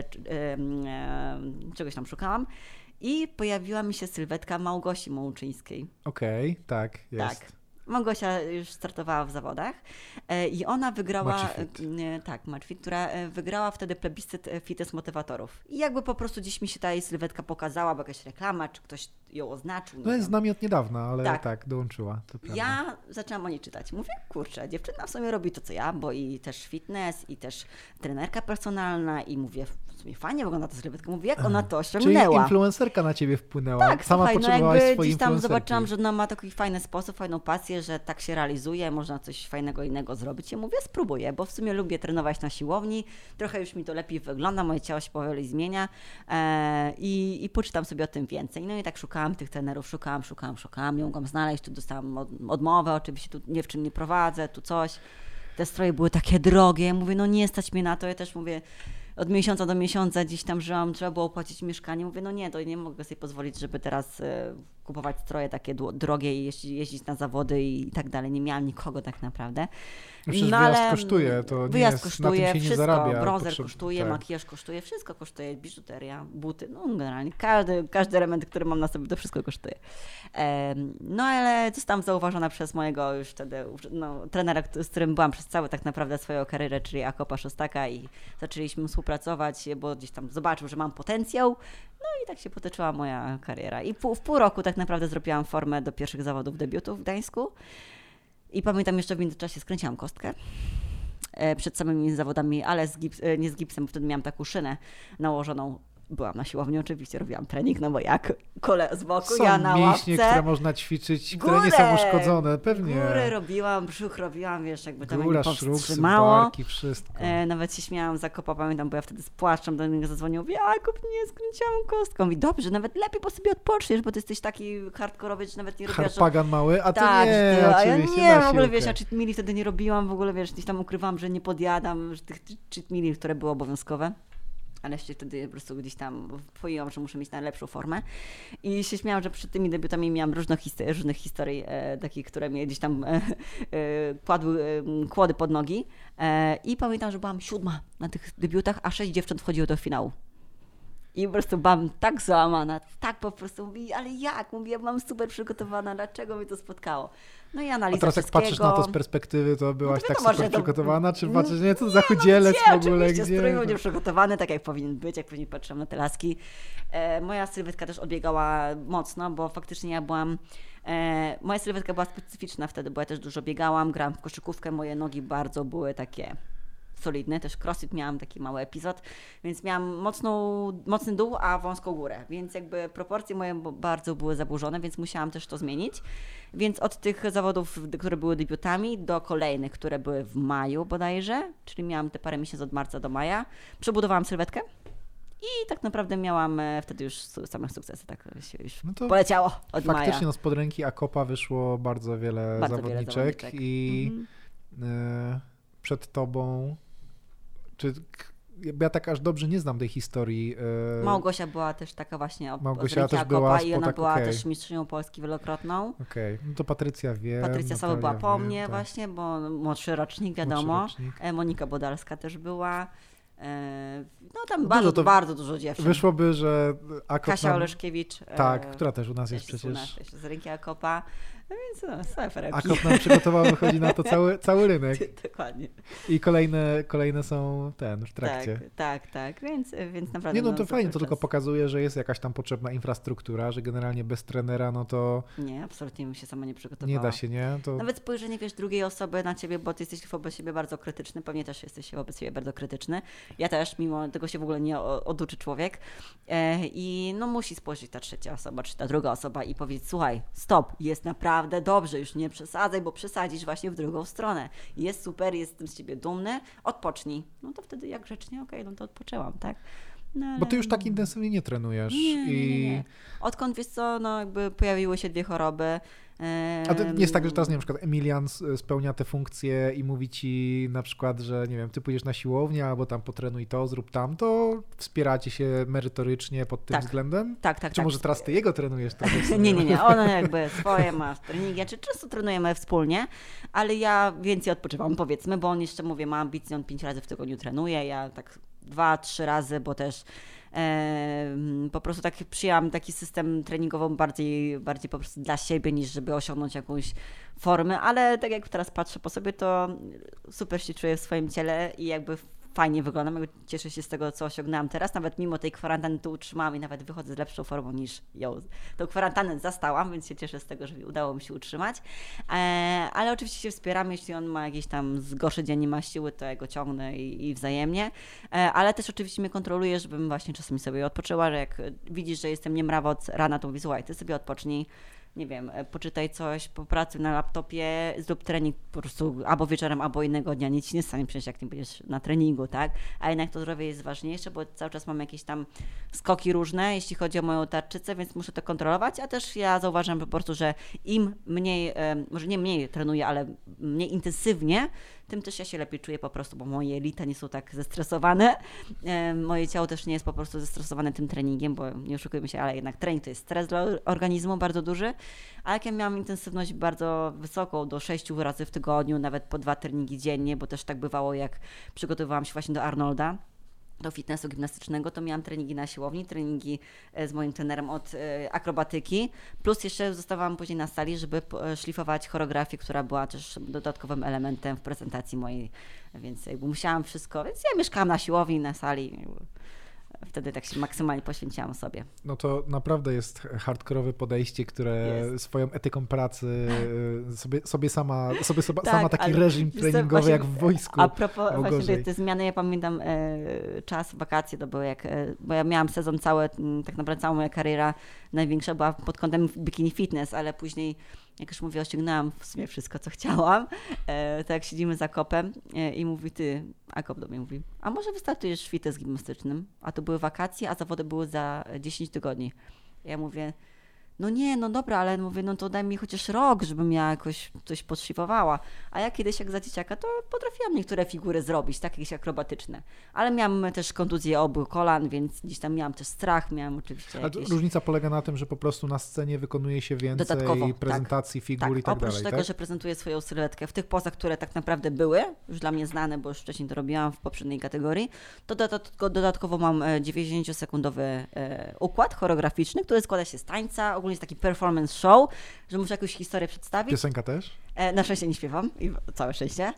czegoś tam szukałam i pojawiła mi się sylwetka Małgosi Mołczyńskiej. Okej, tak, jest. Tak. Małgosia już startowała w zawodach i ona wygrała, Match Fit, która wygrała wtedy plebiscyt fitness motywatorów. I jakby po prostu gdzieś mi się ta jej sylwetka pokazała, bo jakaś reklama, czy ktoś ją oznaczył. No jest z nami od niedawna, ale tak dołączyła. To prawda. Ja zaczęłam o niej czytać. Mówię, kurczę, dziewczyna w sumie robi to, co ja, bo i też fitness, i też trenerka personalna i mówię, w sumie fajnie wygląda ta sylwetka. Mówię, jak ona to osiągnęła. Czyli influencerka na ciebie wpłynęła. Tak, sama potrzebowałaś swojej gdzieś tam influencerki. zobaczyłam, że ona ma taki fajny sposób, fajną pasję, że tak się realizuje, można coś fajnego innego zrobić. Ja mówię, spróbuję, bo w sumie lubię trenować na siłowni, trochę już mi to lepiej wygląda, moje ciało się powoli zmienia i poczytam sobie o tym więcej. No i tak szukałam tych trenerów, szukałam, nie mogłam znaleźć, tu dostałam odmowę, oczywiście tu nie w czym nie prowadzę, tu coś. Te stroje były takie drogie, ja mówię, no nie stać mnie na to, ja też mówię, od miesiąca do miesiąca gdzieś tam żyłam, trzeba było opłacić mieszkanie. Mówię, no nie, to nie mogę sobie pozwolić, żeby teraz kupować stroje takie drogie i jeździć na zawody i tak dalej. Nie miałam nikogo tak naprawdę. Przecież wyjazd kosztuje, to nie jest, kosztuje, na tym się wszystko, nie zarabia. bronzer kosztuje, tak. makijaż kosztuje, wszystko kosztuje, biżuteria, buty, no generalnie każdy element, który mam na sobie, to wszystko kosztuje. No ale zostałam zauważona przez mojego już wtedy trenera, z którym byłam przez całą tak naprawdę swoją karierę, czyli Akopa Szostaka i zaczęliśmy współpracować, bo gdzieś tam zobaczył, że mam potencjał, no i tak się potoczyła moja kariera. I w pół roku tak naprawdę zrobiłam formę do pierwszych zawodów debiutów w Gdańsku. I pamiętam jeszcze w międzyczasie skręciłam kostkę przed samymi zawodami, ale nie z gipsem, bo wtedy miałam taką szynę nałożoną. Byłam na siłowni oczywiście, robiłam trening, no bo jak kole z boku, są ja na mięśnie, ławce. które można ćwiczyć, które nie są uszkodzone, pewnie. Górę robiłam, brzuch robiłam, wiesz, jakby to mnie powstrzymało. Barki, wszystko. Nawet się śmiałam z Akopa, pamiętam, bo ja wtedy z płaczem do niego zadzwonił, mówię, Akop, nie, skręciłam kostką. Mówi, dobrze, nawet lepiej po sobie odpoczniesz, bo ty jesteś taki hardkorowy, że nawet nie robiłaś... Harpagan mały, a to tak, nie, a ja nie, w ogóle, wiesz, ja cheat meali wtedy nie robiłam, w ogóle, wiesz, gdzieś tam ukrywam, że nie podjadam, że tych cheat meali, które były obowiązkowe. Ale się wtedy po prostu gdzieś tam wpoiłam, że muszę mieć najlepszą formę. I się śmiałam, że przed tymi debiutami miałam różnych historii, takich, które mnie gdzieś tam kładły kłody pod nogi. I pamiętam, że byłam 7 na tych debiutach, a 6 dziewcząt wchodziło do finału. I po prostu byłam tak załamana, tak po prostu mówi, ale jak? Mówię, ja byłam super przygotowana, dlaczego mi to spotkało? No i analiza. A teraz jak patrzysz na to z perspektywy, to byłaś tak super przygotowana? Czy patrzysz, nie, to zachudzielec w ogóle? Oczywiście, strój był nieprzygotowany, tak jak powinien być, jak później patrzyłam na te laski. Moja sylwetka też odbiegała mocno, bo faktycznie ja byłam... moja sylwetka była specyficzna wtedy, bo ja też dużo biegałam, grałam w koszykówkę, moje nogi bardzo były takie... solidny, też crossfit miałam taki mały epizod, więc miałam mocny dół, a wąską górę, więc jakby proporcje moje bardzo były zaburzone, więc musiałam też to zmienić, więc od tych zawodów, które były debiutami, do kolejnych, które były w maju bodajże, czyli miałam te parę miesięcy od marca do maja, przebudowałam sylwetkę i tak naprawdę miałam wtedy już same sukcesy, tak się już poleciało od maja. Faktycznie spod ręki Akopa wyszło bardzo wiele zawodniczek i przed tobą ja tak aż dobrze nie znam tej historii. Małgosia była też taka właśnie Małgosia też Akopa była i ona była też mistrzynią Polski wielokrotną. Okej, no to Patrycja wie. Patrycja Sowa była po mnie tak. Właśnie, bo młodszy rocznik, wiadomo. Monika Bodalska też była. No tam bardzo dużo dziewczyn. Wyszłoby, że Akop Kasia Oleszkiewicz. Tak, która też u nas jest przecież. Też z ręki Akopa. No więc super. Akop nam przygotował, wychodzi na to cały rynek. Dokładnie. I kolejne są w trakcie. Tak. Więc naprawdę. Nie, no to fajnie, to tylko pokazuje, że jest jakaś tam potrzebna infrastruktura, że generalnie bez trenera, no to... Nie, absolutnie bym się sama nie przygotowała. Nie da się, nie? To... Nawet spojrzenie, drugiej osoby na ciebie, bo ty jesteś wobec siebie bardzo krytyczny, pewnie też jesteś wobec siebie bardzo krytyczny. Ja też, mimo tego się w ogóle nie oduczy człowiek. I no musi spojrzeć ta trzecia osoba, czy ta druga osoba i powiedzieć, słuchaj, stop, jest naprawdę dobrze, już nie przesadzaj, bo przesadzisz właśnie w drugą stronę. Jest super, jestem z ciebie dumny, odpocznij. No to wtedy jak grzecznie, no to odpoczęłam, tak? No, ale... Bo ty już tak intensywnie nie trenujesz. Nie. Odkąd, wiesz co, jakby pojawiły się 2 choroby. A to nie jest tak, że teraz, na przykład Emilian spełnia te funkcje i mówi ci na przykład, że nie wiem, ty pójdziesz na siłownię albo tam potrenuj to, zrób tamto, wspieracie się merytorycznie pod tym względem? Tak. Czy może teraz ty jego trenujesz? Nie, ona jakby swoje ma treningi, często trenujemy wspólnie, ale ja więcej odpoczywam, powiedzmy, bo on jeszcze, ma ambicje, on 5 razy w tygodniu trenuje, ja tak 2-3 razy, bo też po prostu tak przyjęłam taki system treningowy bardziej po prostu dla siebie, niż żeby osiągnąć jakąś formę, ale tak jak teraz patrzę po sobie, to super się czuję w swoim ciele i jakby fajnie wyglądam, cieszę się z tego, co osiągnęłam teraz, nawet mimo tej kwarantanny to utrzymałam i nawet wychodzę z lepszą formą niż ją tą kwarantannę zastałam, więc się cieszę z tego, że udało mi się utrzymać, ale oczywiście się wspieram, jeśli on ma jakiś tam gorszy dzień, nie ma siły, to ja go ciągnę i wzajemnie, ale też oczywiście mnie kontroluje, żebym właśnie czasami sobie odpoczęła, że jak widzisz, że jestem niemrawa od rana, to mówię, słuchaj, ty sobie odpocznij, nie wiem, poczytaj coś, popracuj na laptopie, zrób trening po prostu albo wieczorem, albo innego dnia, nic ci nie stanie przecież jak nie będziesz na treningu, tak? A jednak to zdrowie jest ważniejsze, bo cały czas mam jakieś tam skoki różne, jeśli chodzi o moją tarczycę, więc muszę to kontrolować, a też ja zauważam po prostu, że im mniej, może nie mniej trenuję, ale mniej intensywnie, tym też ja się lepiej czuję po prostu, bo moje jelita nie są tak zestresowane. Moje ciało też nie jest po prostu zestresowane tym treningiem, bo nie oszukujmy się, ale jednak trening to jest stres dla organizmu bardzo duży. A jak ja miałam intensywność bardzo wysoką, do 6 razy w tygodniu, nawet po 2 treningi dziennie, bo też tak bywało, jak przygotowywałam się właśnie do Arnolda, do fitnessu gimnastycznego, to miałam treningi na siłowni, treningi z moim trenerem od akrobatyki, plus jeszcze zostawałam później na sali, żeby szlifować choreografię, która była też dodatkowym elementem w prezentacji mojej, więc jakby musiałam wszystko, więc ja mieszkałam na siłowni, na sali, wtedy tak się maksymalnie poświęciłam sobie. No to naprawdę jest hardkorowe podejście, które swoją etyką pracy sama taki reżim treningowy właśnie, jak w wojsku. A propos właśnie te zmiany, ja pamiętam czas, wakacje to były bo ja miałam sezon cały, tak naprawdę cała moja kariera największa była pod kątem bikini fitness, ale później, jak już mówię, osiągnęłam w sumie wszystko, co chciałam. Tak jak siedzimy za kopem i mówi a kop do mnie mówi, a może wystartujesz w fitness gimnastycznym? A to były wakacje, a zawody były za 10 tygodni. Ja mówię, no nie, no dobra, ale mówię, no to daj mi chociaż rok, żebym ja jakoś coś podszlifowała. A ja kiedyś jak za dzieciaka, to potrafiłam niektóre figury zrobić, takie jakieś akrobatyczne. Ale miałam też kontuzję obu kolan, więc gdzieś tam miałam też strach, miałam oczywiście jakieś... Różnica polega na tym, że po prostu na scenie wykonuje się więcej prezentacji figur i tak dalej. Oprócz tego, że prezentuję swoją sylwetkę w tych pozach, które tak naprawdę były, już dla mnie znane, bo już wcześniej to robiłam w poprzedniej kategorii, to dodatkowo mam 90-sekundowy układ choreograficzny, który składa się z tańca, ogólnie jest taki performance show, że muszę jakąś historię przedstawić. Piosenka też? Na szczęście nie śpiewam, całe szczęście.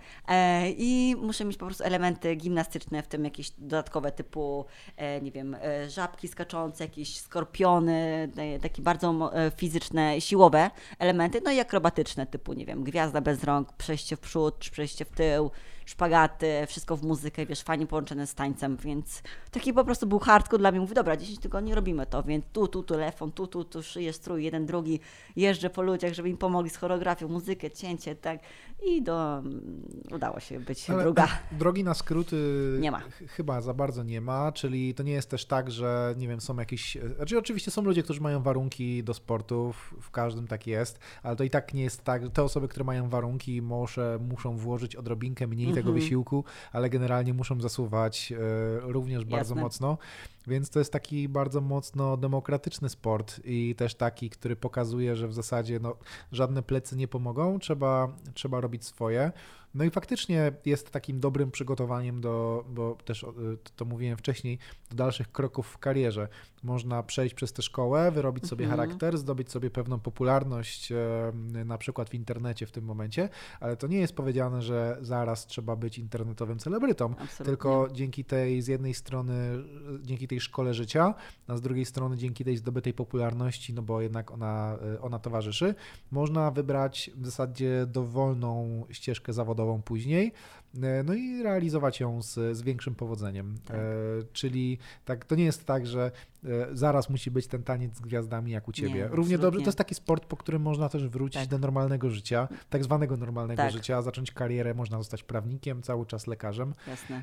I muszę mieć po prostu elementy gimnastyczne, w tym jakieś dodatkowe typu, nie wiem, żabki skaczące, jakieś skorpiony, takie bardzo fizyczne, siłowe elementy, no i akrobatyczne typu, nie wiem, gwiazda bez rąk, przejście w przód, przejście w tył, szpagaty, wszystko w muzykę, wiesz, fajnie połączone z tańcem, więc taki po prostu był hardcore dla mnie. Mówię, dobra, 10 tygodni robimy to, więc tu telefon, tu szyję strój, jeden, drugi, jeżdżę po ludziach, żeby im pomogli z choreografią, muzykę, cięcie, tak. I udało się być druga. Drogi na skróty nie ma. Chyba za bardzo nie ma, czyli to nie jest też tak, że nie wiem, są jakieś, znaczy oczywiście są ludzie, którzy mają warunki do sportu, w każdym tak jest, ale to i tak nie jest tak, że te osoby, które mają warunki muszą włożyć odrobinkę mniej tego wysiłku, ale generalnie muszą zasuwać również bardzo mocno. Więc to jest taki bardzo mocno demokratyczny sport i też taki, który pokazuje, że w zasadzie żadne plecy nie pomogą, trzeba robić swoje. No i faktycznie jest takim dobrym przygotowaniem bo też to mówiłem wcześniej, do dalszych kroków w karierze. Można przejść przez tę szkołę, wyrobić sobie charakter, zdobyć sobie pewną popularność na przykład w internecie w tym momencie, ale to nie jest powiedziane, że zaraz trzeba być internetowym celebrytą, tylko dzięki tej z jednej strony, dzięki tej szkole życia, a z drugiej strony dzięki tej zdobytej popularności, no bo jednak ona towarzyszy, można wybrać w zasadzie dowolną ścieżkę zawodową później, no i realizować ją z większym powodzeniem. Tak. Czyli tak, to nie jest tak, że zaraz musi być ten taniec z gwiazdami jak u ciebie. Równie dobrze, to jest taki sport, po którym można też wrócić do normalnego życia, tak zwanego normalnego życia, zacząć karierę, można zostać prawnikiem, cały czas lekarzem. Jasne.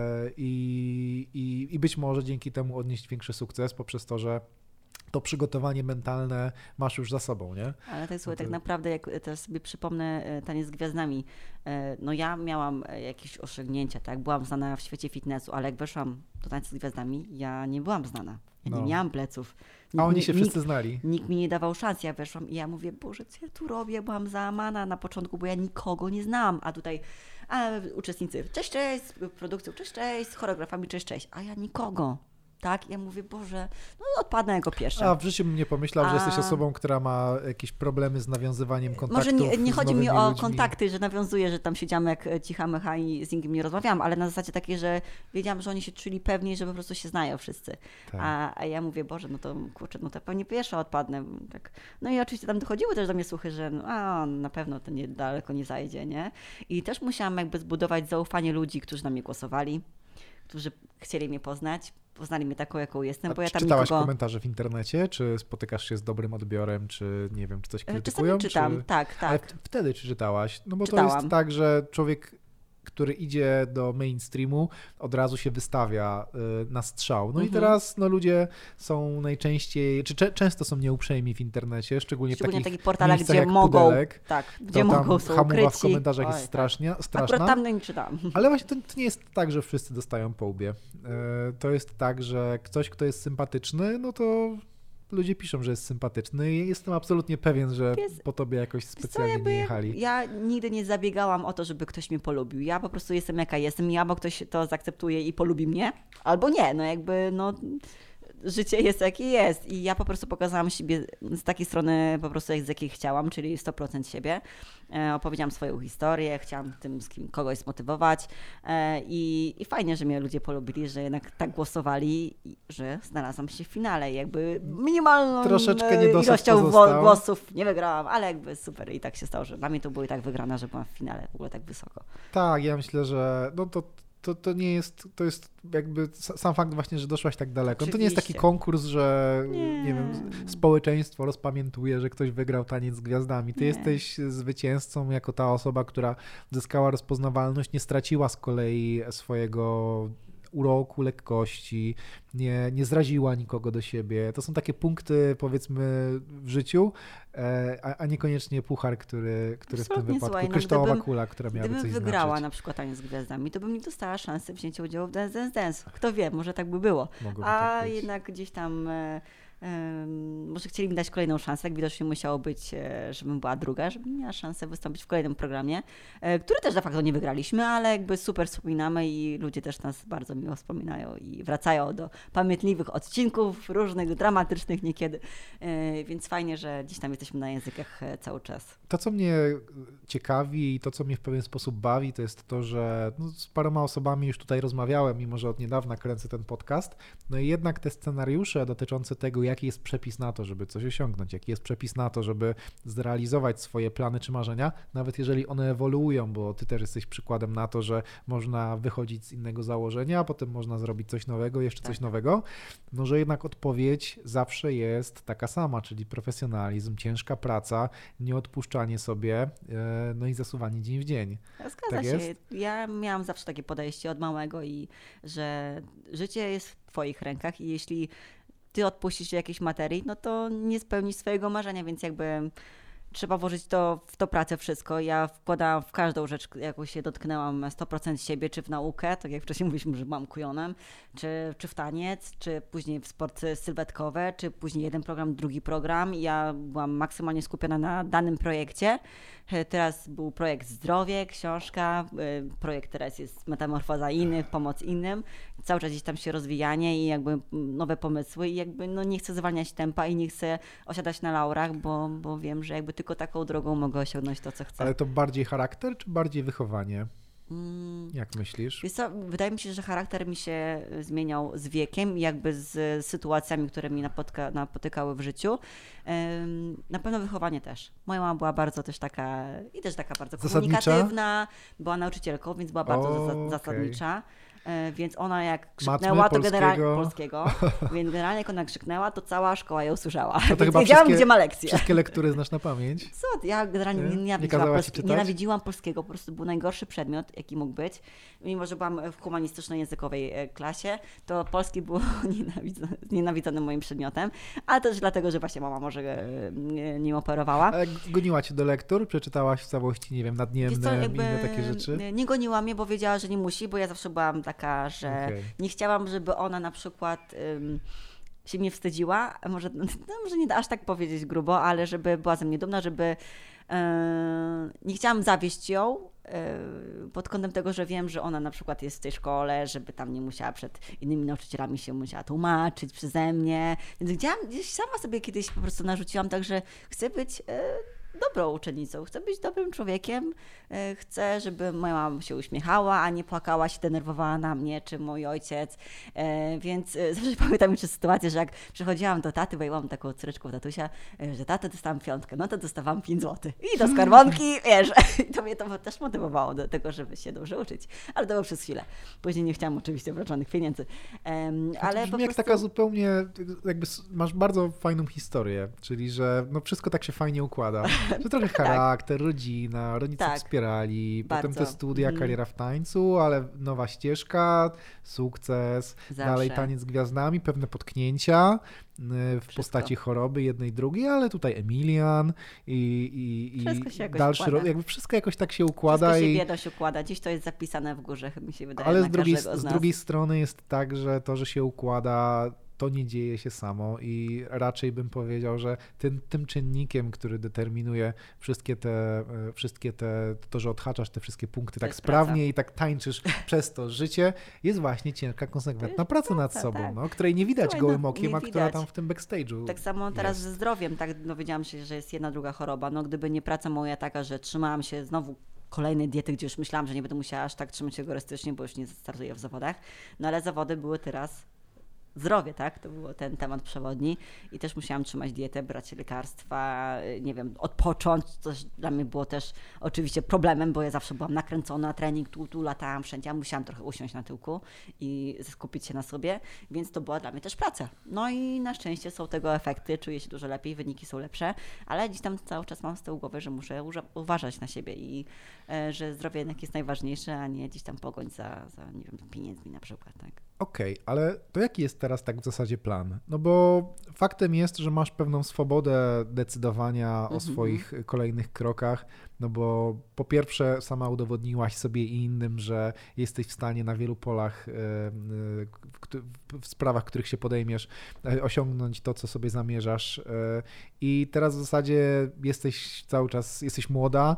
I być może dzięki temu odnieść większy sukces poprzez to, że to przygotowanie mentalne masz już za sobą, nie? Ale tak, słuchaj, tak naprawdę, jak teraz sobie przypomnę taniec z gwiazdami, no ja miałam jakieś osiągnięcia, tak? Byłam znana w świecie fitnessu, ale jak weszłam do tańca z gwiazdami, ja nie byłam znana. Ja nie miałam pleców. A oni się wszyscy znali. Nikt mi nie dawał szans. Ja weszłam i ja mówię, Boże, co ja tu robię? Byłam załamana na początku, bo ja nikogo nie znałam. A tutaj uczestnicy, cześć, produkcją, cześć, z choreografami, cześć. A ja nikogo. Tak, ja mówię, Boże, no odpadnę jako pierwsza. A w życiu bym nie pomyślał, że jesteś osobą, która ma jakieś problemy z nawiązywaniem kontaktów. Może nie chodzi mi o ludźmi. kontakty, że nawiązuję, że tam siedziamy jak cicha mecha i z nikim nie rozmawiałam, ale na zasadzie takiej, że wiedziałam, że oni się czuli pewniej, że po prostu się znają wszyscy. Tak. A ja mówię, Boże, no to kurczę, no to pewnie pierwsza odpadnę. Tak. No i oczywiście tam dochodziły też do mnie słuchy, że na pewno to daleko nie zajdzie, nie? I też musiałam jakby zbudować zaufanie ludzi, którzy na mnie głosowali, którzy chcieli mnie poznać. poznali mnie taką, jaką jestem, bo ja tam czytałaś komentarze w internecie? Czy spotykasz się z dobrym odbiorem? Czy nie wiem, czy coś krytykują? Czasami czytam, tak. Ale wtedy czy czytałaś? No bo Czytałam. To jest tak, że człowiek, który idzie do mainstreamu, od razu się wystawia na strzał. No i teraz ludzie są najczęściej, czy często są nieuprzejmi w internecie, szczególnie w takich portalach, gdzie mogą, Pudelek, gdzie mogą są hamowa ukryci. w komentarzach jest straszna. Akurat tam nie czytam. Ale właśnie to nie jest tak, że wszyscy dostają po łbie. To jest tak, że ktoś, kto jest sympatyczny, no to ludzie piszą, że jest sympatyczny i jestem absolutnie pewien, że po tobie jakoś specjalnie nie jechali. Ja nigdy nie zabiegałam o to, żeby ktoś mnie polubił. Ja po prostu jestem jaka jestem i albo ktoś to zaakceptuje i polubi mnie, albo nie. Życie jest jakie jest i ja po prostu pokazałam siebie z takiej strony po prostu z jakiej chciałam, czyli 100% siebie. Opowiedziałam swoją historię, chciałam tym kogoś zmotywować i fajnie, że mnie ludzie polubili, że jednak tak głosowali, że znalazłam się w finale. Jakby minimalną ilością głosów nie wygrałam, ale jakby super i tak się stało, że dla mnie to było i tak wygrane, że byłam w finale w ogóle tak wysoko. Tak, ja myślę, że to nie jest, to jest jakby sam fakt właśnie, że doszłaś tak daleko. Oczywiście. To nie jest taki konkurs, że nie wiem, społeczeństwo rozpamiętuje, że ktoś wygrał Taniec z Gwiazdami. Ty jesteś zwycięzcą jako ta osoba, która zyskała rozpoznawalność, nie straciła z kolei swojego uroku, lekkości, nie zraziła nikogo do siebie. To są takie punkty, powiedzmy, w życiu, a niekoniecznie puchar, który w tym wypadku, kryształowa kula, która miałaby coś znaczyć. Gdybym wygrała na przykład Taniec z Gwiazdami, to bym nie dostała szansy wzięcia udziału w Dance Dance. Kto wie, może tak by było. Tak jednak gdzieś tam może chcieli mi dać kolejną szansę, tak widocznie musiało być, żebym była druga, żebym miała szansę wystąpić w kolejnym programie, który też de facto nie wygraliśmy, ale jakby super wspominamy i ludzie też nas bardzo miło wspominają i wracają do pamiętliwych odcinków, różnych, dramatycznych niekiedy, więc fajnie, że gdzieś tam jesteśmy na językach cały czas. To, co mnie ciekawi i to, co mnie w pewien sposób bawi, to jest to, że z paroma osobami już tutaj rozmawiałem, mimo że od niedawna kręcę ten podcast, no i jednak te scenariusze dotyczące tego, jaki jest przepis na to, żeby coś osiągnąć, jaki jest przepis na to, żeby zrealizować swoje plany czy marzenia, nawet jeżeli one ewoluują, bo ty też jesteś przykładem na to, że można wychodzić z innego założenia, a potem można zrobić coś nowego, jeszcze coś nowego, no że jednak odpowiedź zawsze jest taka sama, czyli profesjonalizm, ciężka praca, nieodpuszczanie sobie, no i zasuwanie dzień w dzień. Zgadza się. Jest? Ja miałam zawsze takie podejście od małego i że życie jest w twoich rękach i jeśli ty odpuścisz jakiejś materii, no to nie spełnisz swojego marzenia, więc jakby trzeba włożyć w to pracę wszystko. Ja wkładałam w każdą rzecz, jaką się dotknęłam 100% siebie, czy w naukę, tak jak wcześniej mówiliśmy, że mam kujonem, czy w taniec, czy później w sporty sylwetkowe, czy później jeden program, drugi program. Ja byłam maksymalnie skupiona na danym projekcie. Teraz był projekt Zdrowie, książka, projekt teraz jest Metamorfoza innych, pomoc innym. Cały czas gdzieś tam się rozwijanie i jakby nowe pomysły i jakby nie chcę zwalniać tempa i nie chcę osiadać na laurach, bo wiem, że jakby tylko taką drogą mogę osiągnąć to, co chcę. Ale to bardziej charakter, czy bardziej wychowanie? Jak myślisz? Wiesz co, wydaje mi się, że charakter mi się zmieniał z wiekiem i jakby z sytuacjami, które mi napotykały w życiu. Na pewno wychowanie też. Moja mama była bardzo też taka bardzo komunikatywna, była nauczycielką, więc była bardzo zasadnicza. Więc ona jak krzyknęła, to generalnie polskiego, więc generalnie jak ona krzyknęła, to cała szkoła ją słyszała. To więc wiedziałam, gdzie ma lekcję. Wszystkie lektury znasz na pamięć? Co? Ja generalnie nienawidziłam polskiego, po prostu był najgorszy przedmiot, jaki mógł być. Mimo że byłam w humanistyczno-językowej klasie, to polski był nienawidzonym moim przedmiotem, ale też dlatego, że właśnie mama może nim operowała. Ale goniła cię do lektur? Przeczytałaś w całości, nie wiem, Nadniemne i inne takie rzeczy? Nie goniła mnie, bo wiedziała, że nie musi, bo ja zawsze byłam taka, że nie chciałam, żeby ona na przykład się mnie wstydziła, może nie da aż tak powiedzieć grubo, ale żeby była ze mnie dumna, żeby nie chciałam zawieść ją pod kątem tego, że wiem, że ona na przykład jest w tej szkole, żeby tam nie musiała przed innymi nauczycielami się musiała tłumaczyć przeze mnie. Więc gdzieś sama sobie kiedyś po prostu narzuciłam, tak, że chcę być dobrą uczennicą, chcę być dobrym człowiekiem, chcę, żeby moja mama się uśmiechała, a nie płakała, się denerwowała na mnie, czy mój ojciec, więc zawsze pamiętam jeszcze sytuację, że jak przychodziłam do taty, bo ja mam taką córeczkę tatusia, że tatę dostałam 5, no to dostawałam 5 zł i do skarbonki, wiesz, i to mnie to też motywowało do tego, żeby się dobrze uczyć, ale to było przez chwilę. Później nie chciałam oczywiście wraczonych pieniędzy, ale brzmi po jak prostu... taka zupełnie, jakby masz bardzo fajną historię, czyli że no wszystko tak się fajnie układa, że trochę charakter, rodzina, rodzice wspierali, potem te studia, kariera w tańcu, ale nowa ścieżka, sukces, dalej taniec z gwiazdami, pewne potknięcia w postaci choroby jednej, drugiej, ale tutaj Emilian i dalszy rok, jakby wszystko jakoś tak się układa. Wszystko się w jedność układa. Dziś to jest zapisane w górze, mi się wydaje, ale z drugiej strony jest tak, że to, że się układa, to nie dzieje się samo i raczej bym powiedział, że tym czynnikiem, który determinuje wszystkie te, to, że odhaczasz te wszystkie punkty tak sprawnie praca. I tak tańczysz przez to życie, jest właśnie ciężka, konsekwentna praca nad sobą, tak. No, której nie widać gołym okiem, a która tam w tym backstage'u tak samo teraz jest. Ze zdrowiem, tak dowiedziałam się, że jest jedna, druga choroba, no gdyby nie praca moja taka, że trzymałam się znowu kolejnej diety, gdzie już myślałam, że nie będę musiała aż tak trzymać się rygorystycznie, bo już nie startuję w zawodach, no ale zawody były teraz zdrowie, tak? To był ten temat przewodni i też musiałam trzymać dietę, brać lekarstwa, nie wiem, odpocząć, coś dla mnie było też oczywiście problemem, bo ja zawsze byłam nakręcona, trening tu latałam wszędzie, ja musiałam trochę usiąść na tyłku i skupić się na sobie, więc to była dla mnie też praca. No i na szczęście są tego efekty, czuję się dużo lepiej, wyniki są lepsze, ale gdzieś tam cały czas mam z tyłu głowy, że muszę uważać na siebie i że zdrowie jednak jest najważniejsze, a nie gdzieś tam pogoń za nie wiem, pieniędzmi na przykład, tak? Okej, ale to jaki jest teraz tak w zasadzie plan? No bo faktem jest, że masz pewną swobodę decydowania o swoich kolejnych krokach, no bo po pierwsze sama udowodniłaś sobie i innym, że jesteś w stanie na wielu polach w sprawach, których się podejmiesz, osiągnąć to, co sobie zamierzasz i teraz w zasadzie jesteś cały czas, jesteś młoda,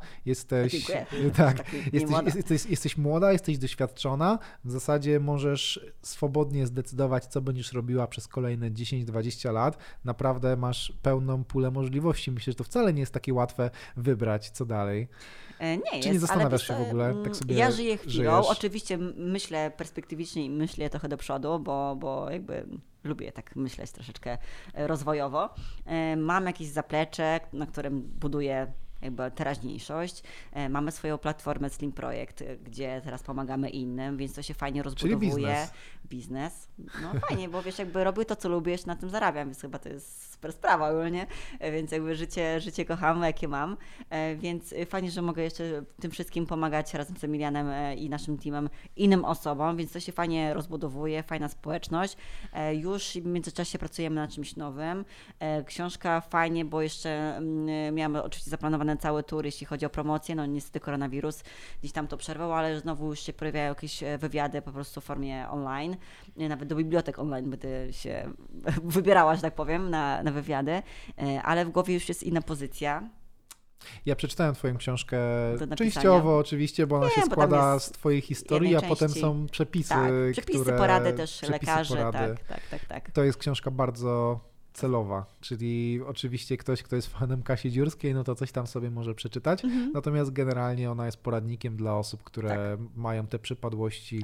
jesteś młoda, jesteś doświadczona, w zasadzie możesz swobodnie zdecydować, co będziesz robiła przez kolejne 10-20 lat, naprawdę masz pełną pulę możliwości, myślę, że to wcale nie jest takie łatwe wybrać, co dalej. Nie jest, czy nie zastanawiasz się w ogóle? Tak sobie ja żyję chwilą, żyjesz? Oczywiście myślę perspektywicznie i myślę trochę do przodu, bo jakby lubię tak myśleć troszeczkę rozwojowo. Mam jakieś zaplecze, na którym buduję jakby teraźniejszość. Mamy swoją platformę Slim Projekt, gdzie teraz pomagamy innym, więc to się fajnie rozbudowuje. Biznes. No fajnie, bo wiesz, jakby robię to, co lubisz, na tym zarabiam, więc chyba to jest super sprawa ogólnie, więc jakby życie kocham, jakie mam, więc fajnie, że mogę jeszcze tym wszystkim pomagać razem z Emilianem i naszym teamem innym osobom, więc to się fajnie rozbudowuje, fajna społeczność. Już w międzyczasie pracujemy nad czymś nowym. Książka fajnie, bo jeszcze miałam oczywiście zaplanowany cały tour, jeśli chodzi o promocję, no niestety koronawirus gdzieś tam to przerwał, ale znowu już się pojawiają jakieś wywiady po prostu w formie online, nawet do bibliotek online będę się wybierała, że tak powiem, na wywiady, ale w głowie już jest inna pozycja. Ja przeczytałem twoją książkę częściowo oczywiście, bo ona się składa z twojej historii, a potem są przepisy, porady też lekarzy. Porady. Tak. To jest książka bardzo celowa, czyli oczywiście ktoś, kto jest fanem Kasi Dziurskiej, no to coś tam sobie może przeczytać, natomiast generalnie ona jest poradnikiem dla osób, które mają te przypadłości,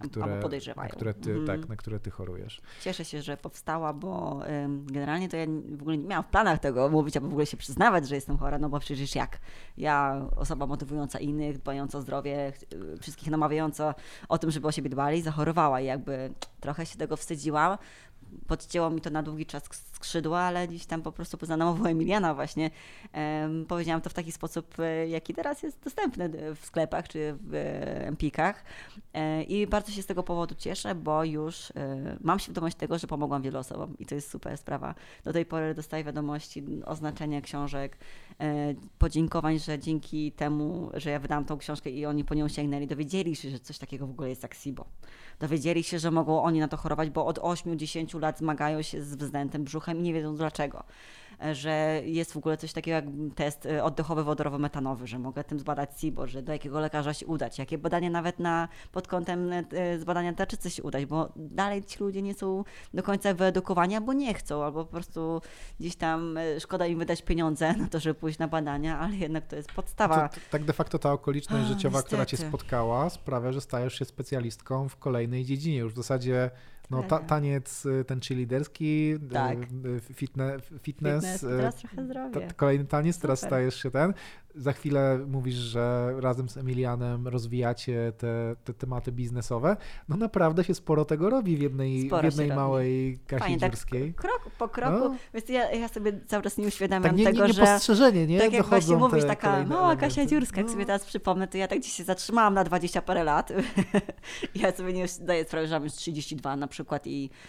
na które ty chorujesz. Cieszę się, że powstała, bo generalnie to ja w ogóle nie miałam w planach tego mówić, albo w ogóle się przyznawać, że jestem chora, no bo przecież jak? Ja, osoba motywująca innych, dbająca o zdrowie, wszystkich namawiająca o tym, żeby o siebie dbali, zachorowała i jakby trochę się tego wstydziłam. Podcięło mi to na długi czas skrzydła, ale gdzieś tam po prostu poza namową Emiliana właśnie powiedziałam to w taki sposób, jaki teraz jest dostępny w sklepach czy w Empikach i bardzo się z tego powodu cieszę, bo już mam świadomość tego, że pomogłam wielu osobom i to jest super sprawa. Do tej pory dostaję wiadomości, oznaczenia książek, podziękowań, że dzięki temu, że ja wydałam tą książkę i oni po nią sięgnęli, dowiedzieli się, że coś takiego w ogóle jest jak SIBO. Dowiedzieli się, że mogą oni na to chorować, bo od 8-10 lat lat zmagają się z wzdętym brzuchem i nie wiedzą dlaczego. Że jest w ogóle coś takiego jak test oddechowy wodorowo-metanowy, że mogę tym zbadać SIBO, że do jakiego lekarza się udać, jakie badanie nawet pod kątem zbadania tarczycy się udać, bo dalej ci ludzie nie są do końca wyedukowani, albo nie chcą, albo po prostu gdzieś tam szkoda im wydać pieniądze na to, żeby pójść na badania, ale jednak to jest podstawa. Tak de facto ta okoliczność życiowa, która cię spotkała, sprawia, że stajesz się specjalistką w kolejnej dziedzinie. Już w zasadzie taniec ten cheerleaderski, tak. fitness, teraz trochę zdrowie. Kolejny taniec, teraz stajesz się za chwilę mówisz, że razem z Emilianem rozwijacie te tematy biznesowe. No naprawdę się sporo tego robi w jednej małej Kasi Dziurskiej. Tak, krok po kroku. No. Więc ja sobie cały czas nie uświadamiam tak tego, że... Niepostrzeżenie, nie? Tak jak właśnie mówisz, taka mała Kasia Dziurska, jak no. sobie teraz przypomnę, to ja tak gdzieś się zatrzymałam na 20 parę lat. Ja sobie nie zdaję sprawy, że mam już 32 na przykład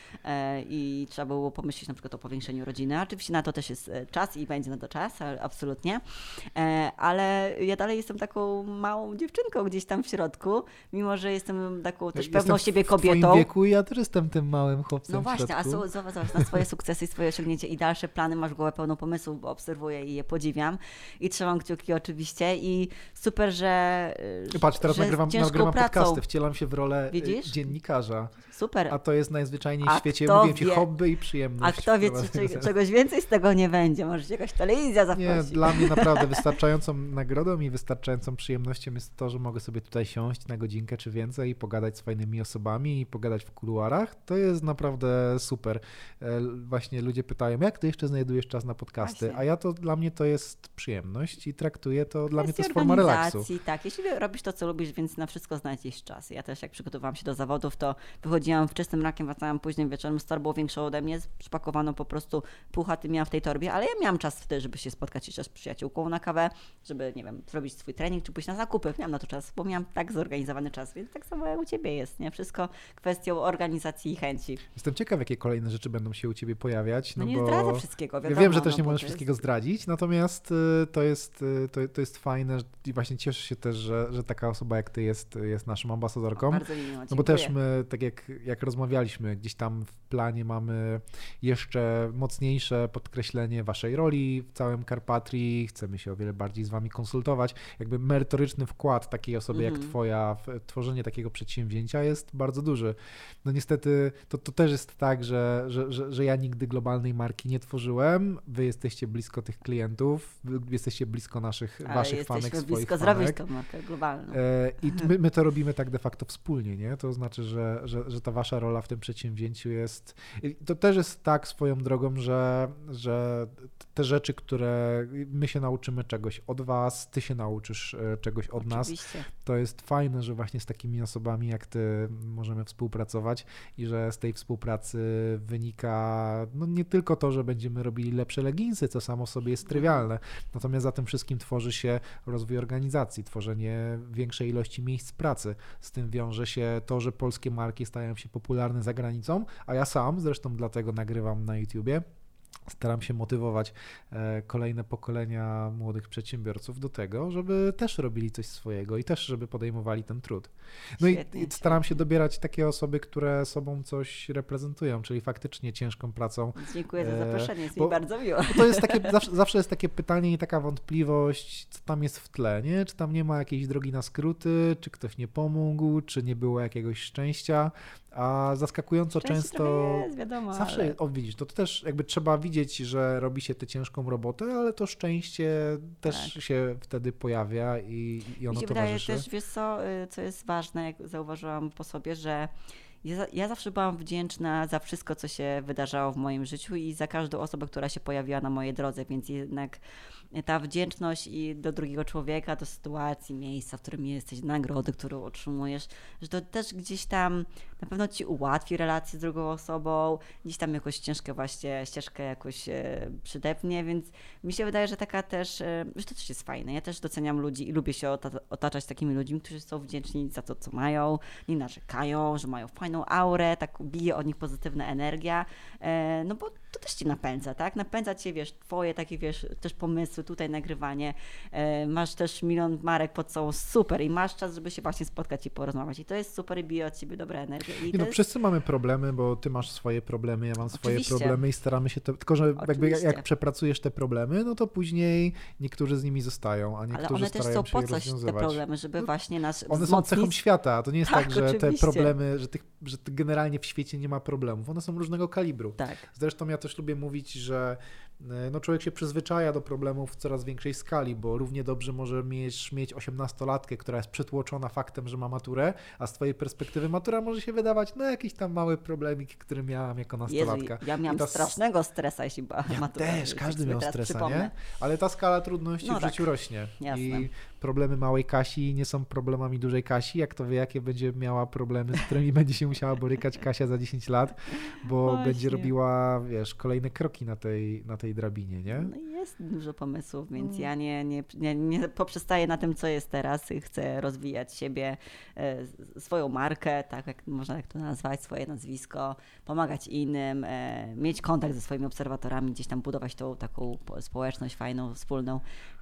i trzeba było pomyśleć na przykład o powiększeniu rodziny. Oczywiście na to też jest czas i będzie na to czas, absolutnie. Ale ja dalej jestem taką małą dziewczynką gdzieś tam w środku, mimo że jestem taką też pewną siebie kobietą. W twoim wieku ja też jestem tym małym chłopcem. No właśnie, a zobacz na swoje sukcesy i swoje osiągnięcia i dalsze plany, masz głowę pełną pomysłów, bo obserwuję i je podziwiam i trzymam kciuki oczywiście i super, że patrz, teraz nagrywam podcasty, wcielam się w rolę dziennikarza. Super. A to jest najzwyczajniej w świecie, mówię ci, hobby i przyjemność. A kto wie, czegoś więcej z tego nie będzie, może się jakaś telewizja zaprosi. Nie, dla mnie naprawdę wystarczającą nagrodą i wystarczającą przyjemnością jest to, że mogę sobie tutaj siąść na godzinkę czy więcej i pogadać z fajnymi osobami i pogadać w kuluarach. To jest naprawdę super. Właśnie ludzie pytają, jak ty jeszcze znajdujesz czas na podcasty? Właśnie. A ja dla mnie to jest przyjemność i traktuję to, dla mnie to jest forma relaksu. Tak, jeśli robisz to, co lubisz, więc na wszystko znajdziesz czas. Ja też jak przygotowałam się do zawodów, to wychodziłam wczesnym rankiem, wracałam późnym wieczorem z torbą większą ode mnie, przypakowaną po prostu pół chaty miałam w tej torbie, ale ja miałam czas wtedy, żeby się spotkać jeszcze z przyjaciółką na kawę, żeby, nie wiem, zrobić swój trening, czy pójść na zakupy. Miałam na to czas, bo miałam tak zorganizowany czas, więc tak samo jak u ciebie jest, nie? Wszystko kwestią organizacji i chęci. Jestem ciekaw, jakie kolejne rzeczy będą się u ciebie pojawiać. No nie zdradzę wszystkiego, wiadomo. Ja wiem, że też nie możesz wszystkiego zdradzić, natomiast to jest fajne i właśnie cieszę się też, że taka osoba jak ty jest naszą ambasadorką. Bardzo mi miło, no bo też my, tak jak rozmawialiśmy, gdzieś tam w planie mamy jeszcze mocniejsze podkreślenie waszej roli w całym Karpatrii. Chcemy się o wiele bardziej z wami konsultować. Jakby merytoryczny wkład takiej osoby jak twoja w tworzenie takiego przedsięwzięcia jest bardzo duży. No niestety to też jest tak, że ja nigdy globalnej marki nie tworzyłem. Wy jesteście blisko tych klientów, jesteście blisko waszych fanek, swoich blisko fanek. zrobić tą markę globalną. I my to robimy tak de facto wspólnie, nie? To znaczy, że ta wasza rola w tym przedsięwzięciu jest... To też jest tak swoją drogą, że te rzeczy, które my się nauczymy czegoś od was, ty się nauczysz czegoś od Oczywiście. nas. To jest fajne, że właśnie z takimi osobami jak ty możemy współpracować i że z tej współpracy wynika no nie tylko to, że będziemy robili lepsze leginsy, co samo w sobie jest trywialne, natomiast za tym wszystkim tworzy się rozwój organizacji, tworzenie większej ilości miejsc pracy. Z tym wiąże się to, że polskie marki stają się popularne za granicą, a ja sam, zresztą dlatego nagrywam na YouTubie, staram się motywować kolejne pokolenia młodych przedsiębiorców do tego, żeby też robili coś swojego i też, żeby podejmowali ten trud. No świetnie, i staram się dobierać takie osoby, które sobą coś reprezentują, czyli faktycznie ciężką pracą. Dziękuję za zaproszenie, jest mi bardzo miło. To jest takie, zawsze jest takie pytanie i taka wątpliwość, co tam jest w tle, nie? Czy tam nie ma jakiejś drogi na skróty, czy ktoś nie pomógł, czy nie było jakiegoś szczęścia, a zaskakująco często jest, wiadomo, zawsze, widzisz, to też jakby trzeba widzieć, że robi się tę ciężką robotę, ale to szczęście też się wtedy pojawia i ono towarzyszy. Wydaje też, wiesz co jest ważne, jak zauważyłam po sobie, że ja zawsze byłam wdzięczna za wszystko, co się wydarzało w moim życiu i za każdą osobę, która się pojawiła na mojej drodze, więc jednak ta wdzięczność i do drugiego człowieka, do sytuacji, miejsca, w którym jesteś, nagrody, którą otrzymujesz, że to też gdzieś tam na pewno ci ułatwi relacje z drugą osobą, gdzieś tam jakąś ścieżkę jakoś przydepnie, więc mi się wydaje, że taka też, że to też jest fajne. Ja też doceniam ludzi i lubię się otaczać takimi ludźmi, którzy są wdzięczni za to, co mają, nie narzekają, że mają fajną aurę, tak bije od nich pozytywna energia, no bo to też cię napędza, tak? Napędza cię, wiesz, twoje takie, wiesz, też pomysły, tutaj nagrywanie, masz też milion marek pod sobą, super i masz czas, żeby się właśnie spotkać i porozmawiać i to jest super i bije od ciebie dobra energia. Wszyscy mamy problemy, bo ty masz swoje problemy, ja mam swoje problemy i staramy się, tylko że jakby jak przepracujesz te problemy, no to później niektórzy z nimi zostają, a niektórzy ale one też są po coś te problemy, żeby właśnie nas One wzmocnić. są cechą świata, to nie jest tak, że oczywiście. te problemy, że generalnie w świecie nie ma problemów, one są różnego kalibru. Tak. Zresztą ja też lubię mówić, że no człowiek się przyzwyczaja do problemów w coraz większej skali, bo równie dobrze może mieć 18-latkę, która jest przytłoczona faktem, że ma maturę, a z twojej perspektywy matura może się wydawać, no jakiś tam mały problemik, który miałam jako nastolatka. Jezu, ja miałam strasznego stresa, jeśli była matura. Też, każdy miał stresa, nie? Ale ta skala trudności w życiu rośnie. Jasne. I problemy małej Kasi nie są problemami dużej Kasi, jak to wie, jakie będzie miała problemy, z którymi będzie się musiała borykać Kasia za 10 lat, bo będzie robiła, wiesz, kolejne kroki na tej drabinie, nie? No jest dużo pomysłów, więc ja nie poprzestaję na tym, co jest teraz. Chcę rozwijać siebie, swoją markę, tak jak można tak to nazwać, swoje nazwisko, pomagać innym, mieć kontakt ze swoimi obserwatorami, gdzieś tam budować tą taką społeczność fajną, wspólną,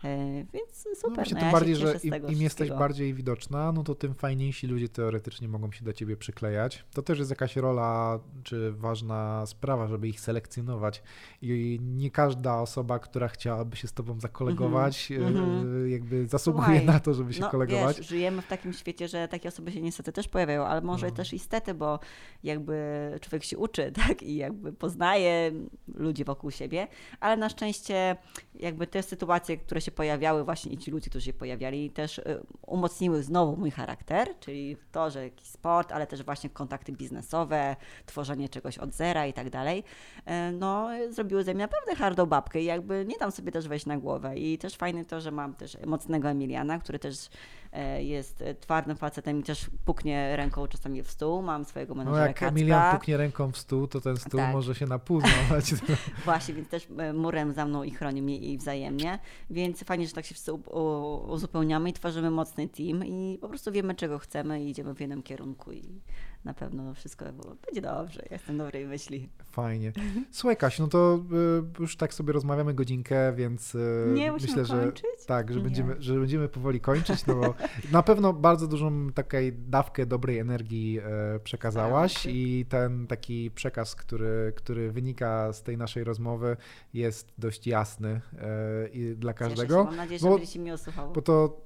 więc super. Tym bardziej, że im jesteś bardziej widoczna, no to tym fajniejsi ludzie teoretycznie mogą się do ciebie przyklejać. To też jest jakaś rola, czy ważna sprawa, żeby ich selekcjonować i nie każda osoba, która chciałaby się z tobą zakolegować, jakby zasługuje na to, żeby się kolegować. Wiesz, żyjemy w takim świecie, że takie osoby się niestety też pojawiają, ale może też i stety, bo jakby człowiek się uczy, tak, i jakby poznaje ludzi wokół siebie, ale na szczęście jakby te sytuacje, które się pojawiały właśnie i ci ludzie, którzy się pojawiali, też umocniły znowu mój charakter, czyli to, że jakiś sport, ale też właśnie kontakty biznesowe, tworzenie czegoś od zera i tak dalej, no zrobiły ze mnie naprawdę hardą babkę i jakby nie dam sobie też wejść na głowę i też fajne to, że mam też mocnego Emiliana, który też jest twardym facetem i też puknie ręką czasami w stół. Mam swojego menadżera No jak Kacpra. Emilian puknie ręką w stół, to ten stół może się na pół złamać. Właśnie, więc też murem za mną i chroni mnie i wzajemnie, więc fajnie, że tak się wszyscy uzupełniamy i tworzymy mocny team i po prostu wiemy, czego chcemy i idziemy w jednym kierunku i na pewno wszystko będzie dobrze. Ja jestem dobrej myśli. Fajnie. Słuchaj, Kasiu, no to już tak sobie rozmawiamy godzinkę, więc myślę, że tak, że będziemy powoli kończyć, no bo na pewno bardzo dużą taką dawkę dobrej energii przekazałaś i ten taki przekaz, który wynika z tej naszej rozmowy, jest dość jasny dla każdego. Mam nadzieję, że będzie się mi osłuchało. Bo to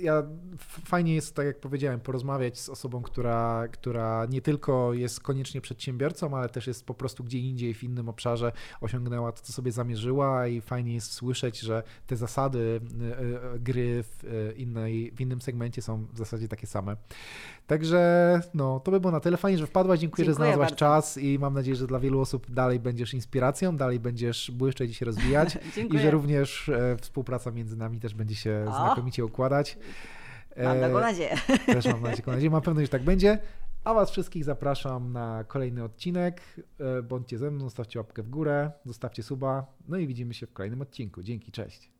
fajnie jest, tak jak powiedziałem, porozmawiać z osobą, która nie tylko jest koniecznie przedsiębiorcą, ale też jest po prostu gdzie indziej w innym obszarze, osiągnęła to, co sobie zamierzyła i fajnie jest słyszeć, że te zasady gry w innym segmencie są w zasadzie takie same. Także no, to by było na tyle. Fajnie, że wpadłaś. Dziękuję, że znalazłaś czas i mam nadzieję, że dla wielu osób dalej będziesz inspiracją, dalej będziesz błyszczeć i się rozwijać i że również współpraca między nami też będzie się znakomicie układać. Mam taką nadzieję. Też mam taką nadzieję. Mam pewność, że tak będzie. A was wszystkich zapraszam na kolejny odcinek. Bądźcie ze mną, zostawcie łapkę w górę, zostawcie suba, no i widzimy się w kolejnym odcinku. Dzięki, cześć.